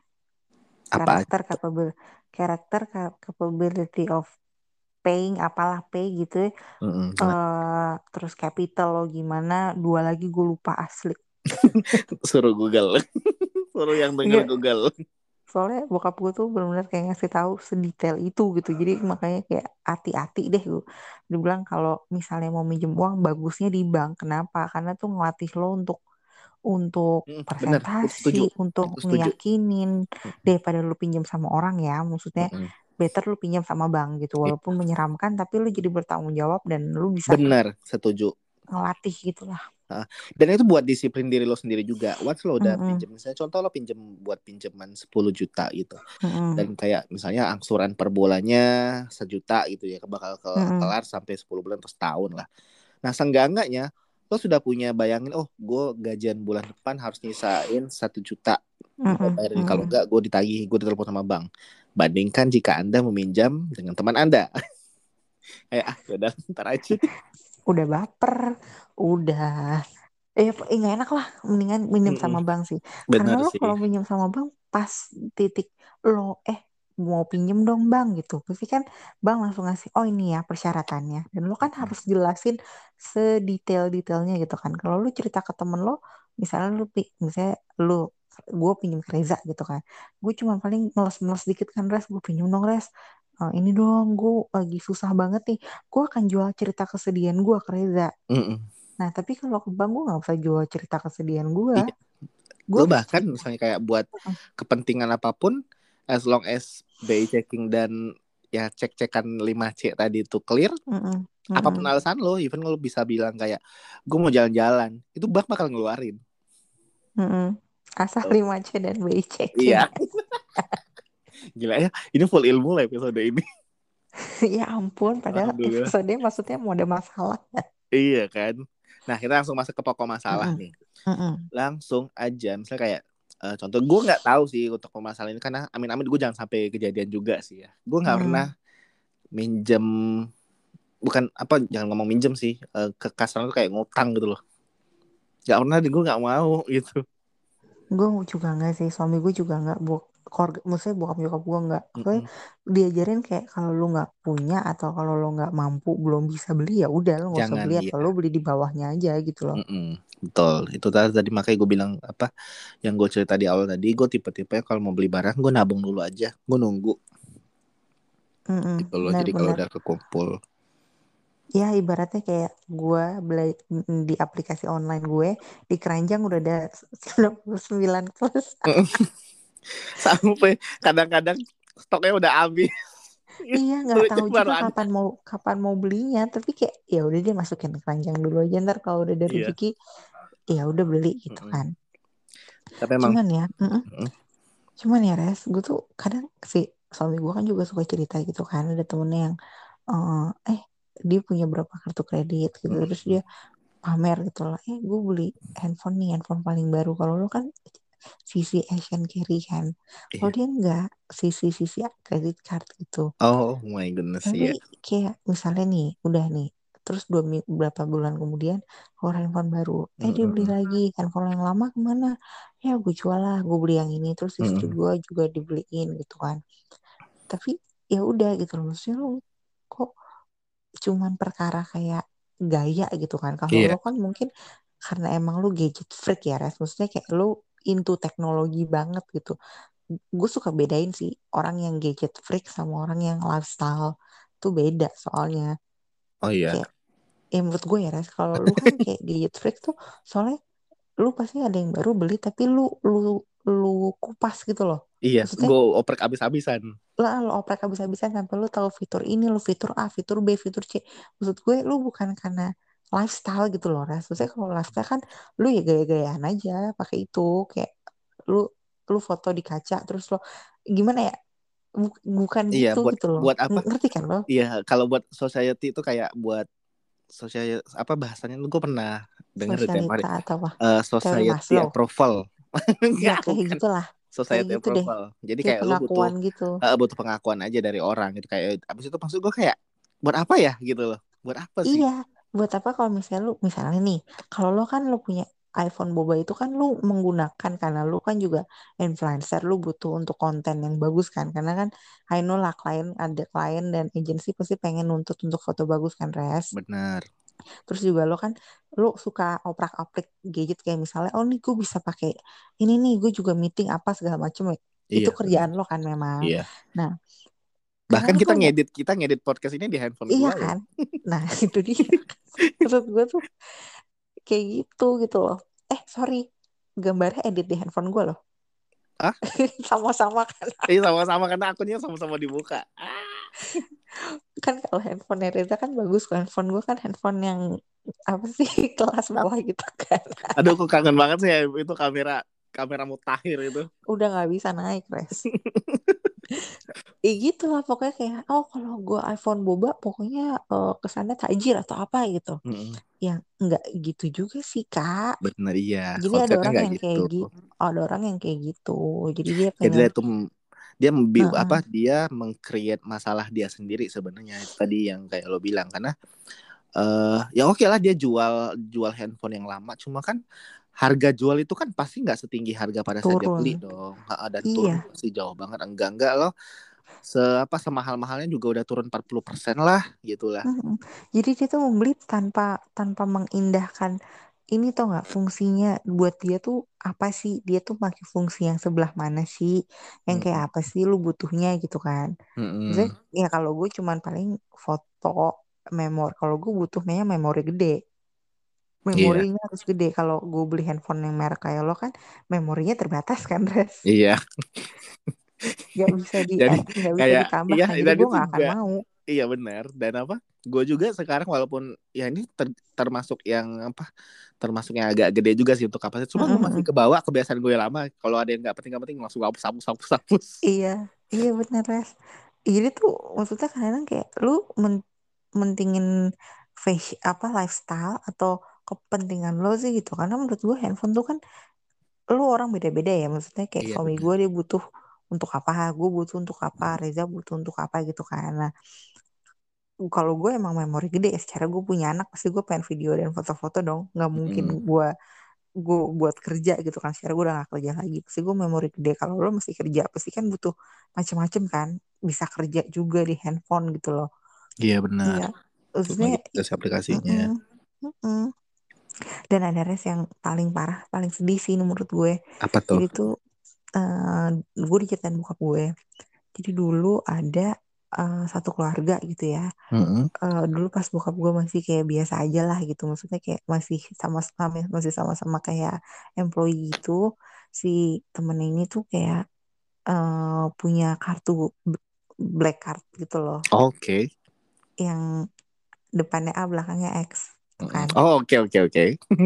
Apa? karakter capable karakter ca- capability of paying apalah pay gitu ya. Mm-mm. Gimana? eh terus capital lo gimana, dua lagi gue lupa asli. Suruh Google. Suruh yang denger Enggak, Google. soalnya bokap gue tuh benar-benar kayak ngasih tahu sedetail itu gitu, jadi makanya kayak hati-hati deh gue. Dia bilang kalau misalnya mau minjem uang bagusnya di bank. Kenapa? Karena tuh ngelatih lo untuk untuk Mm, bener, itu presentasi, setuju. untuk Itu setuju. ngeyakinin, daripada lu pinjam sama orang ya, maksudnya Mm-mm. better lu pinjam sama bank gitu, Iya, walaupun menyeramkan tapi lu jadi bertanggung jawab dan lu bisa bener, setuju. ngelatih gitulah. Nah, dan itu buat disiplin diri lo sendiri juga. Once lo udah Mm-mm, pinjem, misalnya contoh lo pinjem buat pinjaman sepuluh juta gitu. mm-mm, Dan kayak misalnya angsuran per bulannya sejuta gitu ya, bakal ke mm-mm, kelar sampai sepuluh bulan atau setahun lah. Nah, seenggak-enggaknya lo sudah punya bayangin, oh gue gajian bulan depan harus nyisain satu juta buat mm-mm, bayar ini. Kalau mm-mm. enggak, gue ditagih, gue ditelepon sama bank. Bandingkan jika Anda meminjam dengan teman Anda. Kayak, ah yaudah, ntar aja. Udah baper, udah eh eh, nggak enak lah, mendingan minjem Mm-mm. sama bank sih. Karena Bener lo sih. kalau minjem sama bank pas titik lo eh mau pinjem dong bang gitu, pasti kan bank langsung ngasih oh ini ya persyaratannya, dan lo kan Mm-mm. harus jelasin sedetail-detailnya gitu kan. Kalau lo cerita ke temen lo, misalnya lo pi- misalnya lo gue pinjem ke Reza gitu kan, gue cuma paling meles-meles dikit kan, res gue pinjem dong res. Eh, ini dong gue lagi susah banget nih, gue akan jual cerita kesedihan gue ke Reza. Mm-mm. Nah, tapi kalau ke bank gue nggak usah jual cerita kesedihan gue. Iya. Gue Lo harus bahkan cerita. misalnya kayak buat kepentingan apapun, as long as B I checking dan ya cek-cekan lima c tadi itu clear, Mm-mm, apapun mm-mm, alasan lo, even lo bisa bilang kayak gue mau jalan-jalan, itu bank bakal ngeluarin. mm-mm. Asal Oh, lima c dan B I checking. iya, gila ya. Ini full ilmu lah episode ini. Ya ampun, padahal Alhamdulillah. episode maksudnya mau ada masalah. Iya kan. Nah, kita langsung masuk ke pokok masalah Mm-mm, nih. mm-mm, Langsung aja, misalnya kayak eh, contoh gue nggak tahu sih untuk permasalahan ini karena amin-amin gue jangan sampai kejadian juga sih ya. Gue nggak pernah mm. minjem, bukan apa, jangan ngomong minjem sih, eh, kekasaran tuh kayak ngutang gitu loh. Nggak pernah, gue nggak mau gitu. Gue juga nggak sih, suami gue juga nggak. Bu keluarga, maksudnya bokap nyokap gue nggak. Soalnya Mm-mm. diajarin kayak kalau lu nggak punya atau kalau lu nggak mampu belum bisa beli, ya udah lu nggak usah Jangan, beli atau lu iya. beli di bawahnya aja gitu loh. Mm-mm. Betul. Itu tadi, tadi makanya gue bilang apa yang gue cerita di awal tadi, gue tipe-tipe kalau mau beli barang gue nabung dulu aja, gue nunggu Mm-mm, gitu loh. Jadi kalau benar-benar. udah kekumpul. Ya ibaratnya kayak gue beli di aplikasi online gue, di keranjang udah ada sembilan puluh sembilan plus. Sampai kadang-kadang stoknya udah habis. Iya nggak Duitnya tahu baru juga ada. kapan mau kapan mau belinya, tapi kayak ya udah dia masukin ke keranjang dulu aja, ntar kalau udah ada Iya. rezeki ya udah beli gitu Mm-mm. kan. Tapi emang Cuman ya, mm-mm, mm, cuman ya res, gue tuh kadang sih suami gue kan juga suka cerita gitu kan, ada temennya yang eh eh, dia punya berapa kartu kredit gitu, terus mm, dia pamer gitu lah, eh gue beli handphone nih, handphone paling baru. Kalau lo kan sisi Asian carry kan, kalau iya. dia enggak, sisi sisi kredit card gitu. Oh my goodness, Tapi iya. kayak misalnya nih udah nih, terus dua mi- berapa bulan kemudian keluar handphone baru, eh dia beli Mm-mm. lagi handphone yang lama kemana, ya gue jual lah, gue beli yang ini, terus istri Mm-mm. gue juga dibeliin gitu kan. Tapi ya udah gitu loh, maksudnya lo kok cuman perkara kayak gaya gitu kan. Kalau Iya. lo kan mungkin karena emang lo gadget freak ya Res, maksudnya kayak lo into teknologi banget gitu. Gue suka bedain sih orang yang gadget freak sama orang yang lifestyle tuh beda soalnya. Oh iya. Kayak ya menurut gue ya Res, kalau lu kan kayak gadget freak tuh soalnya lu pasti ada yang baru beli tapi lu lu lu kupas gitu loh. Iya, Maksudnya gue oprek abis-abisan. lah lo oprek habis-habisan sampai lu tahu fitur ini, lu fitur A, fitur B, fitur C. Maksud gue lu bukan karena lifestyle gitu loh, Ras. Maksudnya kalau lifestyle kan lu ya gaya-gayaan aja pakai itu, kayak lu lu foto di kaca terus lo gimana ya? Bu- bukan Iya, gitu buat gitu loh. buat apa? Ng- Ngerti kan lo? Iya, kalau buat society itu kayak buat society apa bahasanya? Gue pernah dengar dari tempat Sosialita atau apa? uh, Teori society Maslow. approval. Ya Enggak, kayak bukan. gitulah. Kayak society gitu deh. approval. Jadi Kayak kayak lu butuh pengakuan gitu. uh, butuh pengakuan aja dari orang gitu. Kayak abis itu maksud gue kayak buat apa ya gitu loh. Buat apa sih? Iya, buat apa kalau misalnya lu, misalnya nih, kalau lo kan lu punya iPhone boba itu kan lu menggunakan karena lu kan juga influencer, lu butuh untuk konten yang bagus kan, karena kan I know lah klien, ada klien dan agensi pasti pengen nuntut untuk foto bagus kan, Res. Benar. Terus juga lo kan, lu suka oprak-aprik gadget kayak misalnya, oh nih gue bisa pakai ini nih, gue juga meeting apa segala macem ya. Itu Iya, benar. kerjaan lo kan memang. Iya. Nah, karena Bahkan lu kita tuh ada, ngedit kita ngedit podcast ini di handphone iya gua loh. kan? Nah, itu dia. Maksud gue tuh kayak gitu gitu loh. Eh sorry, gambarnya edit di handphone gue loh. Ah, Sama-sama kan. ini sama-sama karena akunnya sama-sama dibuka. Ah. Kan kalau handphone Reza kan bagus. Kalau handphone gue kan handphone yang apa sih kelas bawah gitu kan. Aduh, aku kangen banget sih ya, itu kamera kamera mutakhir itu. Udah nggak bisa naik, Res. Eh gitu lah pokoknya kayak, oh kalau gue iPhone boba pokoknya eh, kesannya tajir atau apa gitu. Mm-mm. Ya nggak gitu juga sih Kak. Bener, iya. Jadi ada Konsepnya orang nggak yang gitu. kayak gitu. Ada orang yang kayak gitu. Jadi dia Jadi pengen, dia tuh dia membi- apa "Heeh, dia meng-create masalah dia sendiri sebenarnya itu tadi yang kayak lo bilang karena eh ya oke lah dia jual jual handphone yang lama cuma kan harga jual itu kan pasti nggak setinggi harga pada saat dia turun." beli dong. Ha, dan turun Iya. pasti jauh banget enggak enggak loh se apa semahal-mahalnya juga udah turun empat puluh persen lah gitulah. Mm-mm. Jadi dia tuh membeli tanpa tanpa mengindahkan ini, tau nggak fungsinya buat dia tuh apa sih, dia tuh pakai fungsi yang sebelah mana sih, yang kayak Mm-mm. apa sih lu butuhnya gitu kan. Maksudnya Mm-mm. ya kalau gue cuman paling foto, memori, kalau gue butuhnya memori gede, Iya, memorinya harus gede. Kalau gue beli handphone yang merek kayak lo kan memorinya terbatas kan, Res. iya. Nggak bisa di Jadi add, nggak bisa kayak ditambah iya kan, jadi dan gue itu nggak akan juga mau. iya benar dan apa gue juga sekarang walaupun ya ini ter- termasuk yang apa termasuk yang agak gede juga sih untuk kapasitas cuma gue masih Mm-mm. kebawa kebiasaan gue yang lama kalau ada yang nggak penting nggak penting langsung hapus hapus hapus hapus. Iya, iya bener Res. Jadi tuh maksudnya kadang kayak lu men- mentingin fashion apa lifestyle atau kepentingan lo sih gitu. Karena menurut gue handphone tuh kan lu orang beda-beda ya. Maksudnya kayak Iya suami benar. gue dia butuh untuk apa, gue butuh untuk apa, Reza butuh untuk apa gitu kan. Nah, kalau gue emang memori gede ya, secara gue punya anak pasti gue pengen video dan foto-foto dong. Nggak mungkin Mm, gue gue buat kerja gitu kan, sekarang gue udah gak kerja lagi pasti gue memori gede. Kalau lo masih kerja pasti kan butuh macem-macem kan, bisa kerja juga di handphone gitu loh. iya benar Iya, cuma maksudnya gitu i- aplikasinya mm-mm, mm-mm. Dan ada res yang paling parah, paling sedih sih menurut gue. apa tuh. Jadi tuh eh gue diceritain bokap gue, jadi dulu ada eh, satu keluarga gitu ya. Mm-mm. Eh, dulu pas bokap gue masih kayak biasa aja lah gitu, maksudnya kayak masih sama-sama, masih sama-sama kayak employee gitu. Si temen ini tuh kayak eh, punya kartu b- black card gitu loh, Oke. yang depannya A belakangnya X tuh Mm-mm. kan. Oh, oke oke oke.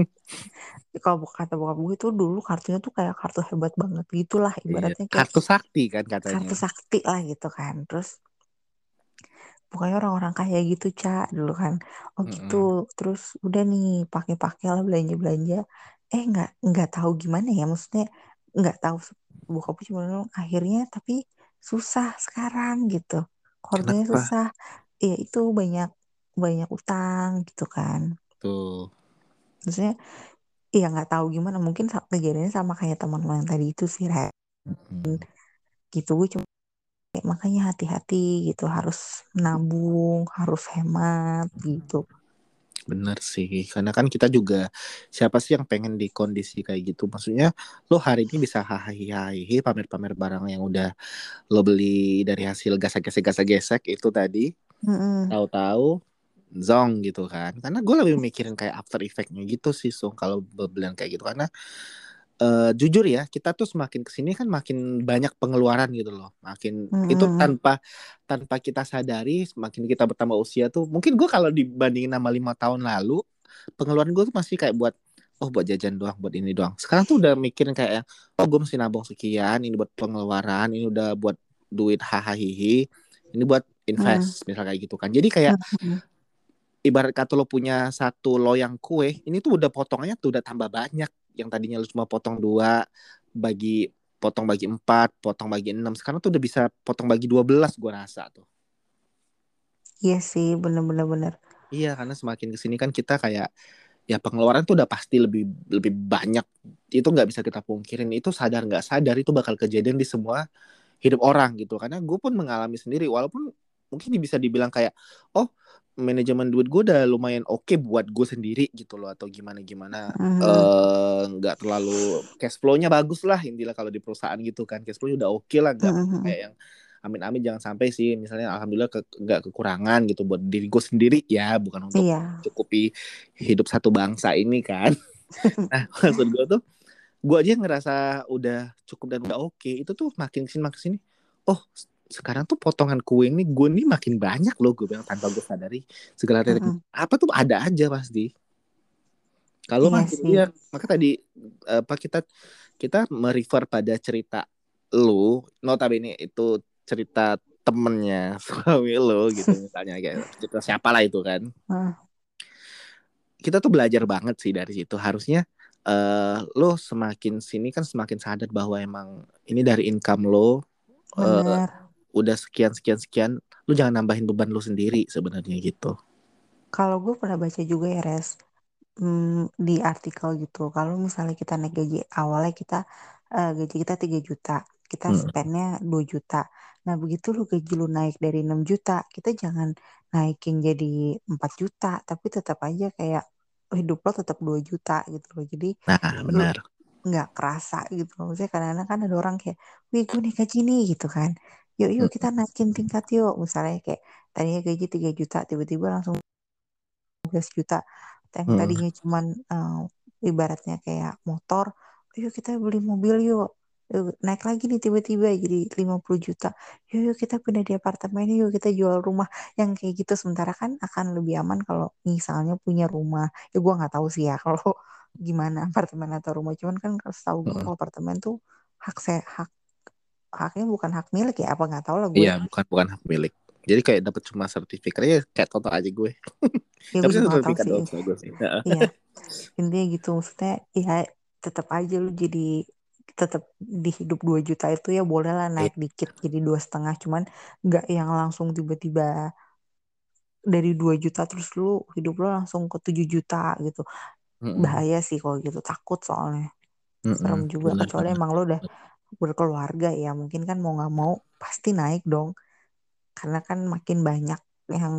Kalau bu- kata bokap gue tuh dulu kartunya tuh kayak kartu hebat banget gitulah, Iya ibaratnya kayak kartu sakti kan katanya. kartu sakti lah gitu kan. Terus pokoknya orang-orang kaya gitu Cak dulu kan. Oh gitu. Mm-mm. Terus udah nih pakai-pakai lah belanja-belanja. Eh nggak nggak tahu gimana ya, maksudnya nggak tahu, bokapku cuma bilang akhirnya tapi susah sekarang gitu. Kartunya Kenapa susah. Ya itu banyak banyak utang gitu kan. tuh. Maksudnya ya nggak tahu gimana, mungkin sa- kejadiannya sama kayak teman lo yang tadi itu sih, Re. Mm. Gitu gue cuma kayak, makanya hati-hati gitu, harus nabung, harus hemat gitu. Bener sih, karena kan kita juga siapa sih yang pengen di kondisi kayak gitu? Maksudnya lo hari ini bisa hahaha pamer-pamer barang yang udah lo beli dari hasil gasek-gesek-gasek-gesek itu tadi, Mm-mm. tahu-tahu zong gitu kan? Karena gue lebih mikirin kayak after effect-nya gitu sih, so kalau belian kayak gitu karena eh, jujur ya kita tuh semakin kesini kan makin banyak pengeluaran gitu loh, makin itu Mm-mm. tanpa tanpa kita sadari semakin kita bertambah usia tuh mungkin gue kalau dibandingin sama lima tahun lalu pengeluaran gue tuh masih kayak buat oh buat jajan doang buat ini doang sekarang tuh udah mikirin kayak oh gue mesti nabung sekian ini buat pengeluaran ini udah buat duit hahaha ini buat Mm-mm. invest misal kayak gitu kan jadi kayak Mm-mm. ibarat kata lo punya satu loyang kue ini tuh udah potongannya tuh udah tambah banyak yang tadinya lo cuma potong dua bagi potong bagi empat, potong bagi enam. Sekarang tuh udah bisa potong bagi dua belas gue rasa tuh. Iya sih, bener-bener bener. Iya, karena semakin kesini kan kita kayak ya pengeluaran tuh udah pasti lebih lebih banyak. Itu nggak bisa kita pungkirin. Itu sadar nggak sadar itu bakal kejadian di semua hidup orang gitu. Karena gue pun mengalami sendiri. Walaupun mungkin bisa dibilang kayak, oh manajemen duit gue udah lumayan oke buat gue sendiri gitu loh. Atau gimana-gimana. Mhm, Eh, nggak terlalu cash flow-nya bagus lah intinya kalau di perusahaan gitu kan. Cash flow-nya udah oke lah. Nggak mhm, kayak mhm. yang amin-amin jangan sampai sih. Misalnya alhamdulillah ke, nggak kekurangan gitu buat diri gue sendiri ya. Bukan untuk Iya. cukupi hidup satu bangsa ini kan. Nah, maksud gue tuh, gue aja ngerasa udah cukup dan udah oke. Itu tuh makin kesini makin kesini. Oh, sekarang tuh potongan kue ini gue nih makin banyak loh. Gue bilang tanpa gue sadari segala Mhm. apa tuh ada aja pasti. Kalau Iya makin sih. dia, maka tadi apa kita kita merefer pada cerita lu, notabene itu cerita temennya suami lu gitu misalnya kayak cerita siapa lah itu kan, Heeh, kita tuh belajar banget sih dari situ. Harusnya uh, lo semakin sini kan semakin sadar bahwa emang ini dari income lo uh, bener. udah sekian sekian sekian, lo jangan nambahin beban lo sendiri sebenarnya gitu. Kalau gue pernah baca juga ya, Res, hmm, di artikel gitu. Kalau misalnya kita naik gaji, awalnya kita eh, gaji kita tiga juta, kita Hmm. spendnya dua juta. Nah, begitu lu gaji lu naik dari enam juta, kita jangan naikin jadi empat juta, tapi tetap aja kayak hidup lo tetap dua juta gitu loh. Jadi Nah lu benar. nggak kerasa gitu loh. Maksudnya kadang-kadang kan ada orang kayak, wih gue naik gaji nih gitu kan. Yuk yuk kita Hmm. naikin tingkat yuk. Misalnya kayak tadinya gaji tiga juta, tiba-tiba langsung lima belas juta. Yang Hmm. tadinya cuman eh, ibaratnya kayak motor, yuk kita beli mobil yuk. Yuk, naik lagi nih tiba-tiba jadi lima puluh juta. Yuk, yuk kita pindah di apartemen yuk kita jual rumah yang kayak gitu. Sementara kan akan lebih aman kalau misalnya punya rumah. Ya gue nggak tahu sih ya kalau gimana apartemen atau rumah. Cuman kan kalau setahu gue Hmm. kalau apartemen tuh hak saya hak haknya bukan hak milik ya apa nggak tahu lah gue. Iya, bukan bukan hak milik. Jadi kayak dapat cuma sertifikatnya kayak contoh aja gue. Ya Tapi gue juga nggak tahu sertifikat sih. doang sama gue sih. Iya. Intinya gitu maksudnya ya tetap aja lu jadi tetap di hidup dua juta itu ya bolehlah Iya. naik dikit jadi dua setengah cuman nggak yang langsung tiba-tiba dari dua juta terus lu hidup lu langsung ke tujuh juta gitu Mm-mm. bahaya sih kalau gitu takut soalnya serem Mm-mm. juga Benar kecuali banget. emang lu udah berkeluarga ya mungkin kan mau nggak mau pasti naik dong karena kan makin banyak yang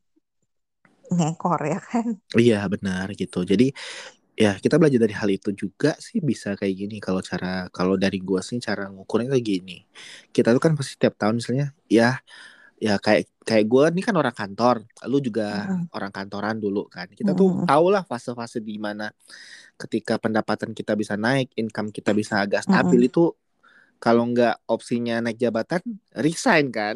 ngekor ya kan. Iya benar gitu. Jadi ya kita belajar dari hal itu juga sih bisa kayak gini kalau cara kalau dari gua sih cara ngukurnya kayak gini. Kita tuh kan pasti tiap tahun misalnya ya ya kayak kayak gua nih kan orang kantor, lu juga Mm-mm. orang kantoran dulu kan. Kita tuh Mm-mm. tahu lah fase-fase di mana ketika pendapatan kita bisa naik, income kita bisa agak stabil Mm-mm. itu kalau nggak opsinya naik jabatan, resign kan,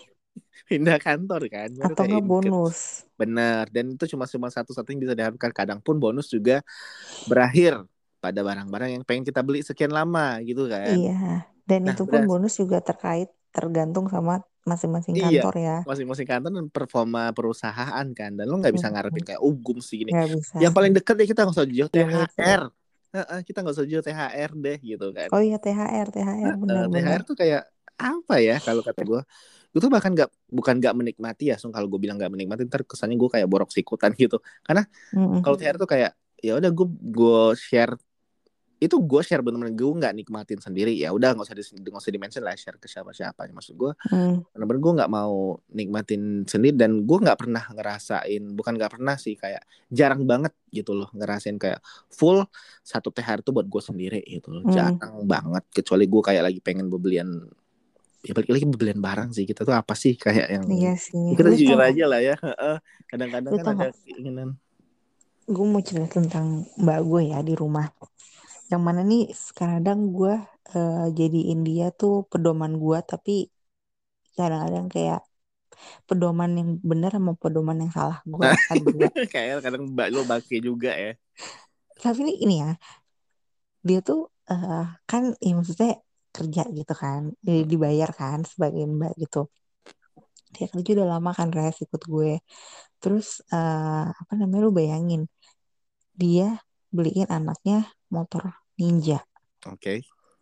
pindah kantor kan, baru Atau kayak nggak income. bonus. Benar, dan itu cuma cuma satu-satunya yang bisa diharapkan. Kadang pun bonus juga berakhir pada barang-barang yang pengen kita beli sekian lama gitu kan. Iya, dan Nah, itu pun beras. bonus juga terkait tergantung sama masing-masing Iya, kantor ya. masing-masing kantor dan performa perusahaan kan. Dan lo nggak bisa Mm-mm. ngarepin kayak, oh gue mesti gini. Nggak bisa Yang paling deket ya kita nggak usah jual limited. T H R. Heeh, kita nggak usah jual T H R deh gitu kan. Oh iya T H R, T H R Heeh, benar-benar. T H R tuh kayak apa ya kalau kata gue? Gue tuh bahkan nggak bukan nggak menikmati ya, so kalau gue bilang nggak menikmati ntar kesannya gue kayak borok sikutan gitu. Karena Mm-mm. kalau T H R tuh kayak ya udah gue gue share itu gue share bener-bener gue nggak nikmatin sendiri ya udah nggak usah di, nggak usah dimention lah share ke siapa-siapa maksud gue Mm. bener-bener gue nggak mau nikmatin sendiri dan gue nggak pernah ngerasain bukan nggak pernah sih kayak jarang banget gitu loh ngerasain kayak full satu T H R tuh buat gue sendiri gitu loh Mm. jarang banget kecuali gue kayak lagi pengen belian ya balik lagi belian barang sih kita tuh apa sih kayak yang Iya sih. ya kita Lu tau jujur nggak? aja lah ya kadang-kadang Lu kan tau ada nggak? keinginan. Gue mau cerita tentang mbak gue ya di rumah. Yang mana nih kadang gue eh, jadiin dia tuh pedoman gue, tapi kadang-kadang kayak pedoman yang benar sama pedoman yang salah gue ada dua. Kayak kadang mbak lo baki juga ya. Tapi ini, ini ya, dia tuh eh, kan ya maksudnya kerja gitu kan jadi dibayar kan sebagai mbak gitu dia kerja udah lama kan res ikut gue terus eh, apa namanya lu bayangin dia beliin anaknya motor Ninja Oke.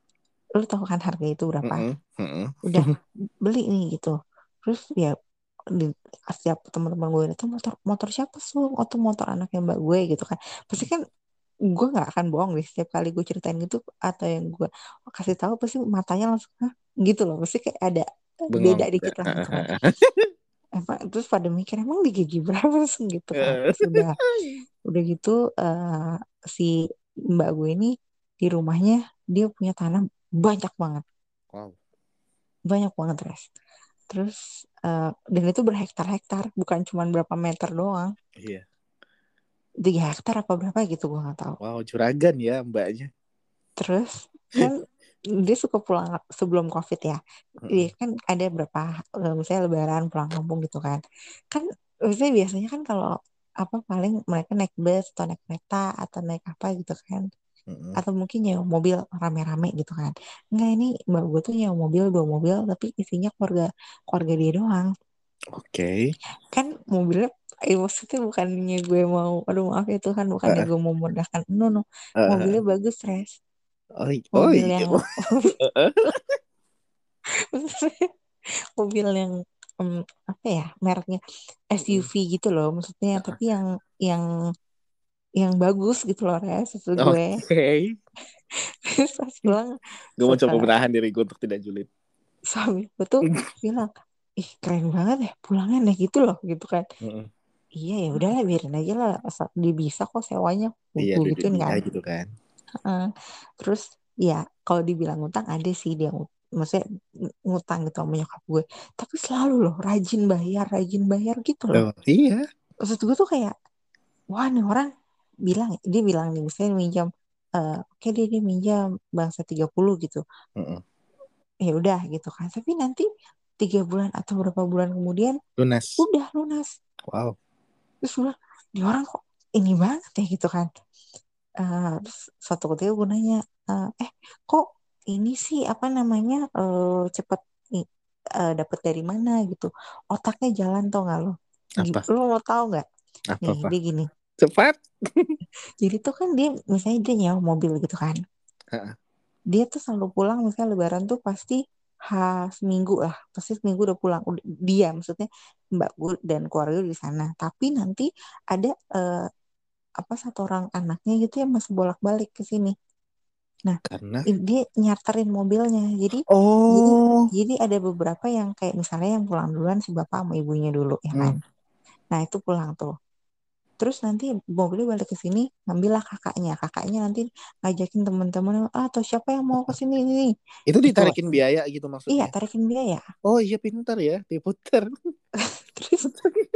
Lu tahu kan harga itu berapa? Mm-mm, mm-mm. Udah beli nih gitu. Terus ya di setiap teman-teman gue itu motor motor siapa sih? Atau motor anaknya mbak gue gitu kan. Pasti kan gue nggak akan bohong deh setiap kali gue ceritain gitu atau yang gue kasih tahu pasti matanya langsung Hah? Gitu loh. Pasti kayak ada Bengong beda juga. dikit lah gitu kan. Emang terus pada mikir emang di gaji berapa sih gitu kan. Terus udah udah gitu eh, si mbak gue ini di rumahnya dia punya tanah banyak banget, Wow, banyak banget res. Terus eh, dan itu berhektar-hektar, bukan cuma berapa meter doang, iya. tiga hektar apa berapa gitu gue nggak tahu. Wow, juragan ya mbaknya. Terus kan dia suka pulang sebelum COVID ya. Dia Mm-mm, kan ada berapa eh, misalnya Lebaran pulang kampung gitu kan. Kan misalnya biasanya kan kalau apa paling mereka naik bus atau naik kereta atau naik apa gitu kan. mm-mm. Atau mungkin nyewa mobil rame-rame gitu kan. Enggak ini mbak gue tuh nyewa mobil dua mobil tapi isinya keluarga keluarga dia doang. Oke. Kan mobilnya eh, maksudnya bukannya gue mau aduh maaf ya Tuhan bukannya Heeh, gue mau memudahkan no no heeh. mobilnya bagus res Oh, i- oh mobil iya. yang Heeh, mobil yang em, apa ya mereknya mm-mm. S U V gitu loh maksudnya Heeh. tapi yang yang yang bagus gitu loh res maksud gue Oke. terus pas pulang Gue mau suka coba menahan diriku untuk tidak julid. suami gue tuh bilang ih keren banget ya pulangnya naik gitu loh gitu kan Mm-mm. iya ya udahlah biarin aja lah asal dia bisa kok sewanya Iya, gue duduk gituin dia kan. gitu kan. Heeh. Terus ya kalau dibilang ngutang ada sih dia ngut- maksudnya ng- ngutang gitu sama nyokap gue. Tapi selalu loh rajin bayar, rajin bayar gitu loh. Oh, iya. Maksud gue tuh kayak wah nih orang bilang dia bilang nih misalnya minjam eh, oke dia dia minjam bangsa tiga puluh gitu. Mm-mm. Ya udah gitu kan. Tapi nanti tiga bulan atau berapa bulan kemudian Lunas. udah lunas. Wow. Terus gue bilang, di orang kok ini banget ya gitu kan. Eh, terus suatu ketika gue nanya, eh eh, kok ini sih apa namanya eh cepet i- eh, dapet dari mana gitu. Otaknya jalan tau gak lo? Gi- Apa? Lo mau tahu nggak? Apa, Nih apa? dia gini. Cepat. Jadi tuh kan dia misalnya dia nyewa mobil gitu kan. Heeh. Dia tuh selalu pulang misalnya Lebaran tuh pasti ha seminggu lah. Pasti seminggu udah pulang. Udah- dia maksudnya mbak gue dan keluarga di sana. Tapi nanti ada eh, apa satu orang anaknya gitu yang masih bolak-balik ke sini. Nah, Karena. i- dia nyarterin mobilnya. Jadi jadi Oh. jadi ada beberapa yang kayak misalnya yang pulang duluan si bapak sama ibunya dulu ya Hmm. kan. Nah, itu pulang tuh. Terus nanti mobilnya balik ke sini, ngambillah kakaknya. Kakaknya nanti ngajakin teman-teman, ah, atau siapa yang mau ke sini nih. Itu Gitu loh. ditarikin biaya gitu Iya, maksudnya. tarikin biaya. Oh iya pintar ya, diputer. Terus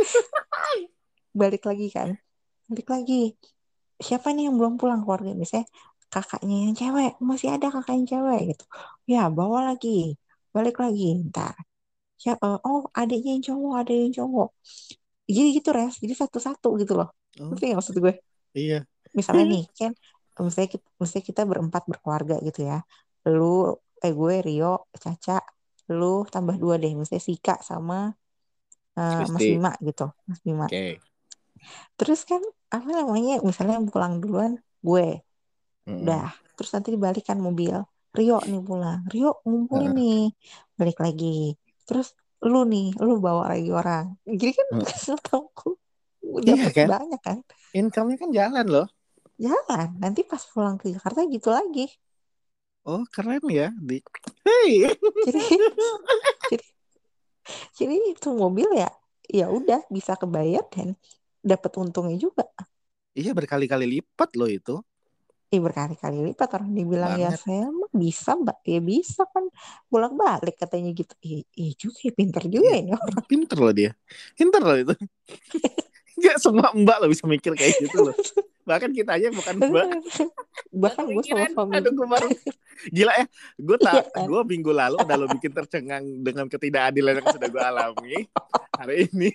balik lagi kan. Balik lagi. Siapa nih yang belum pulang keluarga? Misalnya kakaknya yang cewek, masih ada kakak yang cewek gitu. Ya, bawa lagi. Balik lagi ntar. Siapa? Oh, adiknya yang cowok, ada yang cowok. Jadi gitu res, jadi satu-satu gitu loh. Oh Ngerti nggak maksud gue? iya. Misalnya nih, kan, misalnya kita, misalnya kita berempat berkeluarga gitu ya. Lu, eh gue, Rio, Caca, lu tambah dua deh, misalnya Sika sama eh, Mas Kristi. Bima gitu, Mas Bima. Oke. Terus kan apa namanya, misalnya yang pulang duluan gue, Mm-mm. udah. Terus nanti dibalikan mobil. Rio nih pulang, Rio ngumpulin Heeh. nih, balik lagi. Terus lu nih, lu bawa lagi orang. Jadi kan Heeh. setahu Iya dapat kan? banyak kan. Income-nya kan jalan loh. Jalan, nanti pas pulang ke Jakarta gitu lagi. Oh keren ya. Di. Hey. Jadi jadi jadi itu mobil ya ya udah bisa kebayar dan dapat untungnya juga. Iya berkali-kali lipat loh itu. Eh berkali-kali lipat orang dibilang ya Banget. saya mah bisa mbak ya bisa kan bolak-balik katanya gitu. Iya, iya juga ya pinter juga Iya. ini orang. Pinter loh dia. Pinter loh itu. Gak semua mbak loh bisa mikir kayak gitu loh. Bahkan kita aja bukan mbak. Gak Bahkan gue sama kepikiran. suami Aduh gue baru. Gila ya. Gue iya tak. kan Gue minggu lalu udah lo bikin tercengang dengan ketidakadilan yang sudah gue alami. Hari ini.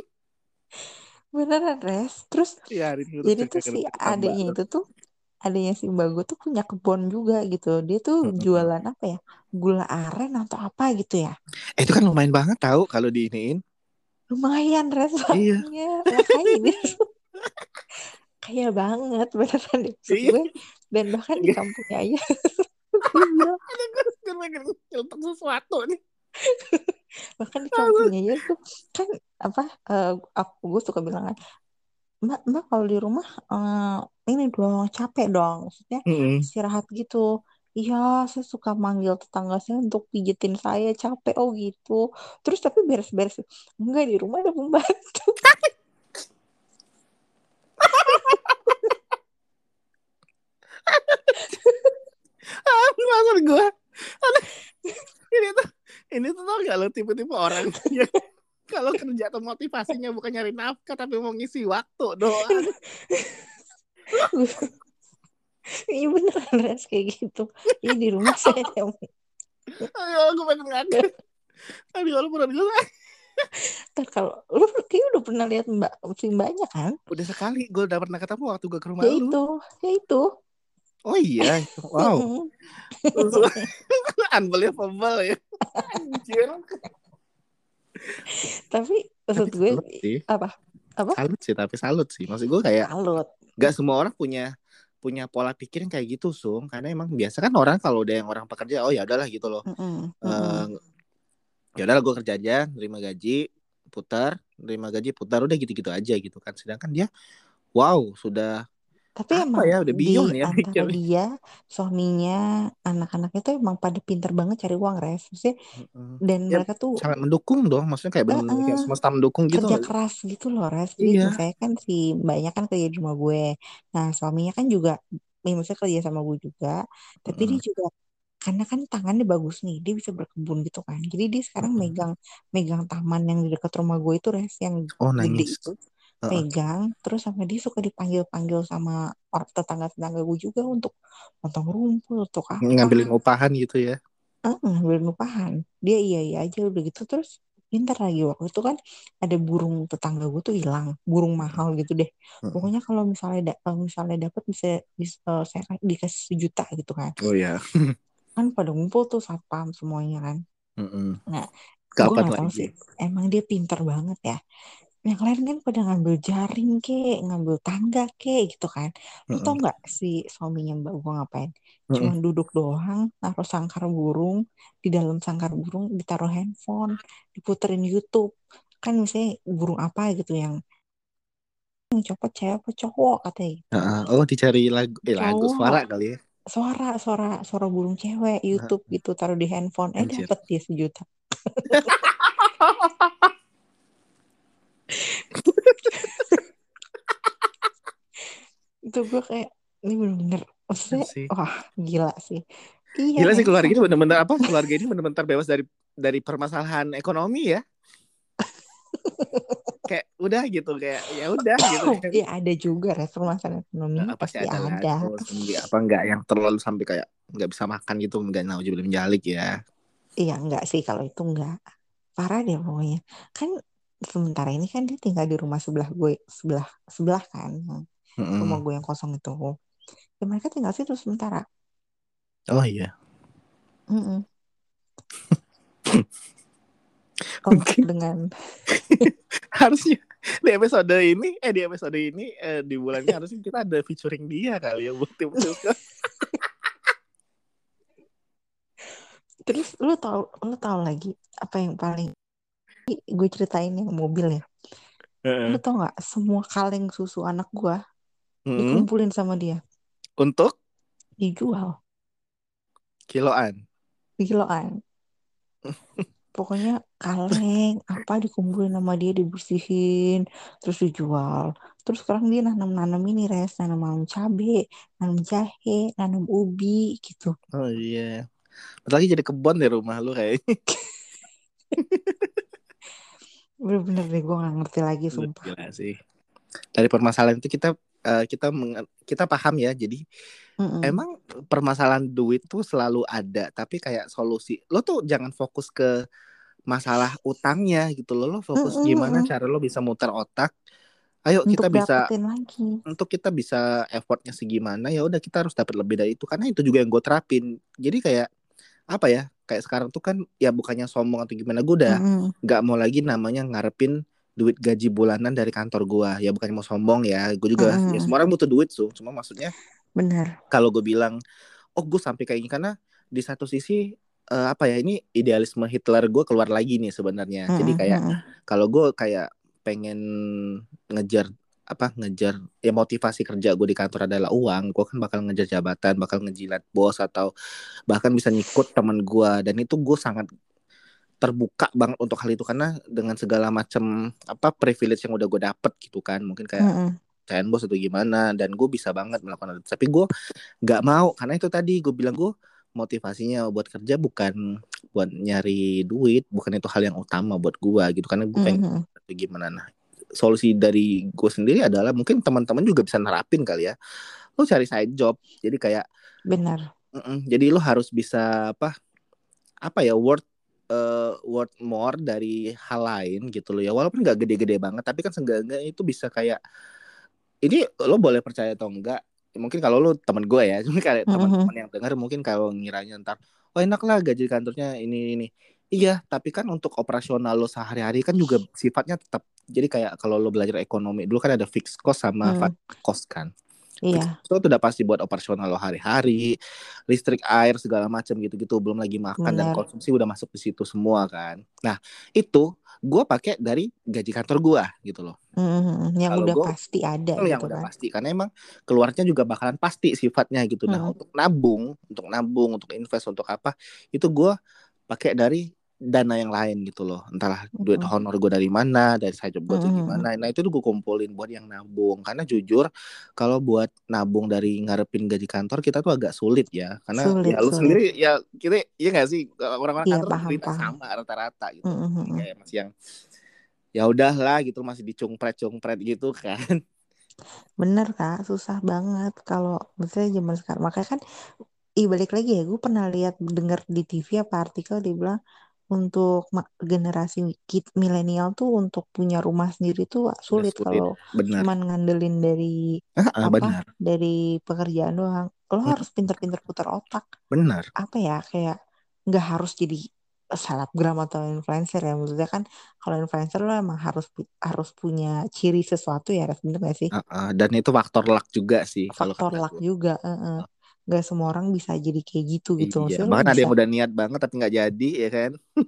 beneran res terus Ya hari ini gue jadi tuh tercengang si dengan cerita mbak adiknya lo. itu tuh adiknya si mbak gue tuh punya kebun juga gitu dia tuh Mm-mm. jualan apa ya gula aren atau apa gitu ya. Eh, itu kan lumayan banget tahu kalau diiniin. Lumayan Iya. rasanya makanya dia kaya banget beneran deh maksud Iya. gue dan bahkan di kampungnya aja Gue bilang, Ada gue gue pengen untuk sesuatu nih. bahkan cowok punya ya tuh kan apa, eh, aku gue suka bilang kan, mbak mbak kalau di rumah eh, ini dong capek dong, maksudnya Mm-mm. istirahat gitu. Iya, saya suka manggil tetangga saya untuk pijetin saya, capek oh gitu. Terus tapi beres-beres, enggak di rumah ada pembantu. Maksud gue, ini tuh ini tuh tau gak lo tipe-tipe orang yang kalau kerja tuh motivasinya bukan nyari nafkah tapi mau ngisi waktu doang. Iya beneran Res, kayak gitu. Jadi di rumah saya yang Aduh, gue pengen ngakak. Aduh, walaupun gue ntar kalau lu kayak udah pernah lihat mbak si mbaknya kan, udah sekali gue udah pernah ketemu waktu gue ke rumah ya lu. itu, ya itu. Oh iya, wow. Mm-mm. Unbelievable ya. Anjir. Tapi Tapi maksud gue salut sih. apa apa Salut sih, tapi salut sih. Maksud gue kayak salut. gak semua orang punya punya pola pikir yang kayak gitu, Sung. Karena emang biasa kan orang kalau udah yang orang pekerja, oh ya udahlah gitu loh. Mm-mm. Eh, Mm-mm. ya udahlah gue kerja aja, terima gaji, putar, terima gaji, putar, udah gitu-gitu aja gitu kan. Sedangkan dia, wow, sudah Tapi apa emang ya, udah di beyond ya antara mikirnya. dia, suaminya, anak-anaknya tuh emang pada pinter banget cari uang, Res. Maksudnya, Mm-mm. dan Ya mereka tuh sangat mendukung dong, maksudnya kayak benar-benar eh kayak semesta mendukung gitu kerja nggak sih? keras gitu loh, Res. Jadi Iya. misalnya kan si mbaknya kan kerja di rumah gue. Nah, suaminya kan juga, ya maksudnya kerja sama gue juga. Tapi dia Mm-mm. juga, karena kan tangannya bagus nih, dia bisa berkebun gitu kan. Jadi dia sekarang Mm-mm. megang megang taman yang di dekat rumah gue itu, Res, yang Oh gede nice. itu. Heeh. Pegang, terus sama dia suka dipanggil-panggil sama orang tetangga-tetangga gue juga untuk potong rumput, untuk apa. Ngambilin upahan gitu ya. Eh, ngambil nupahan. Dia iya iya aja udah gitu terus pintar lagi waktu itu kan ada burung tetangga gue tuh hilang, burung mahal gitu deh. Mm-mm. Pokoknya kalau misalnya da- kalau misalnya dapat bisa, bisa eh, saya kan dikasih sejuta gitu kan. Oh ya. Kan pada ngumpul tuh satpam semuanya kan. Mm-mm. Nah, gue Kapan nggak tahu lagi? sih, emang dia pintar banget ya. Yang lain kan pada ngambil jaring kek, ngambil tangga kek gitu kan. Lu tau Mm-mm. nggak si suaminya Mbak gua ngapain? Mm-mm. Cuman duduk doang, naruh sangkar burung, di dalam sangkar burung ditaruh handphone, diputerin YouTube. Kan misalnya burung apa gitu yang yang copot cewek apa cowok katanya gitu. Heeh. Oh dicari lagu, eh lagu Cowok, suara kali ya. suara, suara, suara burung cewek, Heeh. YouTube gitu, taruh di handphone, eh Anjir. dapet dia sejuta. Itu gue kayak, ini bener-bener, Bener maksudnya, sih. wah gila sih. Iya, Gila sih Res, keluarga ini bener-bener apa? Keluarga ini bener-bener terbebas dari dari permasalahan ekonomi ya. Kayak udah gitu kayak ya udah gitu kan. ya ada juga permasalahan ekonominya Nah, pasti pasti ada lah. ada. Terus enggak apa enggak yang terlalu sampai kayak nggak bisa makan gitu enggak mau juga menjalik ya. Iya enggak sih kalau itu enggak. Parah deh pokoknya. Kan sementara ini kan dia tinggal di rumah sebelah gue, sebelah sebelah kan. Rumah Mm-mm. gue yang kosong itu. Ya mereka tinggal situ sementara. Oh iya. Mm-mm. Lengkap Mungkin dengan harusnya di episode ini eh di episode ini eh, di bulan ini harusnya kita ada featuring dia kali ya buat tips-tips. terus lu tahu lu tahu lagi apa yang paling gue ceritain yang mobil ya. Lu Heeh. tahu nggak semua kaleng susu anak gue Mm-mm. dikumpulin sama dia, Untuk dijual kiloan. di kiloan. Pokoknya kaleng apa dikumpulin sama dia dibersihin terus dijual. Terus sekarang dia nanam-nanam ini res, nanam-nanam cabe, nanam jahe, nanam ubi gitu. Oh iya. Bentar lagi jadi kebun di rumah lu kayaknya. Bener-bener deh gue gak ngerti lagi sumpah. Gila sih. Dari permasalahan itu kita eh, kita meng- kita paham ya. Jadi Mm-mm. emang permasalahan duit tuh selalu ada, tapi kayak solusi. Lo tuh jangan fokus ke masalah utangnya gitu loh. Lo fokus Mm-mm, gimana mm-mm. cara lo bisa muter otak. Ayo Untuk kita bisa dapetin lagi. untuk kita bisa effortnya segimana ya udah kita harus dapat lebih dari itu karena itu juga yang gue terapin. Jadi kayak apa ya kayak sekarang tuh kan ya bukannya sombong atau gimana gue udah Mm-mm, nggak mau lagi namanya ngarepin duit gaji bulanan dari kantor gue ya bukannya mau sombong ya gue juga ya mm-mm. semua orang butuh duit tuh cuma maksudnya Bener. kalau gue bilang oh gue sampai kayak gini karena di satu sisi uh, apa ya, ini idealisme Hitler gue keluar lagi nih sebenarnya. Jadi Mm-mm, kayak mm-mm, kalau gue kayak pengen ngejar apa ngejar ya, motivasi kerja gue di kantor adalah uang, gue kan bakal ngejar jabatan, bakal ngejilat bos, atau bahkan bisa nyikut teman gue, dan itu gue sangat terbuka banget untuk hal itu karena dengan segala macam apa privilege yang udah gue dapet gitu kan, mungkin kayak mm-mm, cain bos atau gimana, dan gue bisa banget melakukan itu, tapi gue nggak mau karena itu tadi gue bilang, gue motivasinya buat kerja bukan buat nyari duit, bukan itu hal yang utama buat gue gitu, karena gue pengen mm-mm. gimana. Nah, solusi dari gue sendiri adalah mungkin teman-teman juga bisa nerapin kali ya, lo cari side job, jadi kayak Benar. mm-mm, jadi lo harus bisa apa apa ya, worth uh, worth more dari hal lain gitu loh ya, walaupun nggak gede-gede banget, tapi kan seenggaknya itu bisa kayak, ini lo boleh percaya atau enggak, mungkin kalau lo teman gue ya, cuma kayak Mm-mm, teman-teman yang dengar mungkin kalau ngiranya ntar, oh enak lah gaji kantornya ini ini, iya tapi kan untuk operasional lo sehari-hari kan juga sifatnya tetap, jadi kayak kalau lo belajar ekonomi dulu kan ada fixed cost sama mm, variable cost kan. Fixed iya, cost itu udah pasti buat operasional lo hari-hari, listrik, air segala macam gitu-gitu, belum lagi makan dan benar. konsumsi udah masuk di situ semua kan. Nah itu gue pakai dari gaji kantor gue gitu loh. Mm-mm, yang Kalau udah gue pasti ada yang gitu udah kan. pasti karena emang keluarnya juga bakalan pasti sifatnya gitu. Nah Mm, untuk nabung, untuk nabung, untuk invest, untuk apa, itu gue pakai dari dana yang lain gitu loh. Entahlah duit mm, honor gue dari mana, dari side job gue tuh mm, gimana. Nah itu tuh gue kumpulin buat yang nabung. Karena jujur kalau buat nabung dari ngarepin gaji kantor kita tuh agak sulit ya. Karena ya sulit lu sulit. sendiri ya, kita ya nggak sih, orang-orang Iya kantor tuh paham cerita paham. sama rata-rata gitu loh. Jadi Mm-mm. kayak masih yang ya udahlah gitu, masih dicungpret-cungpret gitu kan. Bener kak, susah banget kalau misalnya zaman sekarang. Makanya kan, ih balik lagi ya, gue pernah lihat dengar di T V apa artikel dia bilang untuk ma- generasi kid milenial tuh untuk punya rumah sendiri tuh Udah sulit sulit, kalau benar. cuman ngandelin dari Ah, ah, apa benar. dari pekerjaan doang. Lo harus Mm, pinter-pinter putar otak. benar. Apa ya, kayak nggak harus jadi selebgram atau influencer ya, maksudnya kan kalau influencer lo emang harus pu- harus punya ciri sesuatu ya, Res, bener gak sih? Ah, ah. Dan itu faktor luck juga sih kalau Faktor kata luck gue. juga, heeh. Nggak semua orang bisa jadi kayak gitu gitu, Iya, maksudnya lo bahkan ada bisa yang udah niat banget tapi nggak jadi ya kan.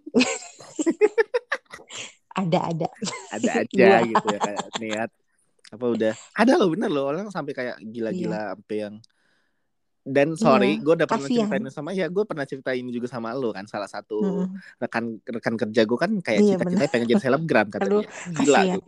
ada ada Ada aja gua. gitu ya kayak niat apa udah ada loh, bener loh, orang sampai kayak Iya, gila-gila sampai yang, dan iya, sorry gue udah pernah kasihan. ceritain sama ya, gue pernah ceritain juga sama lo kan, salah satu Mm-mm. rekan rekan kerja gue kan kayak Iya benar. cita-citanya pengen jadi selebgram kata Aduh, dia, gila kasihan. tuh.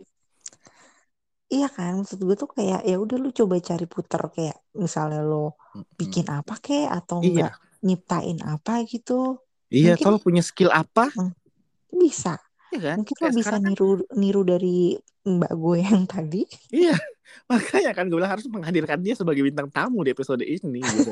Iya kan, maksud gue tuh kayak ya udah lu coba cari puter, kayak misalnya lo Mm-mm. bikin apa kek atau enggak Iya, nyiptain apa gitu. iya, Mungkin kalau punya skill apa, mm, bisa. ya kan, Mungkin lo kayak bisa sekarang kan. niru niru dari mbak gue yang tadi. Iya, makanya kan gue bilang harus menghadirkan dia sebagai bintang tamu di episode ini gitu.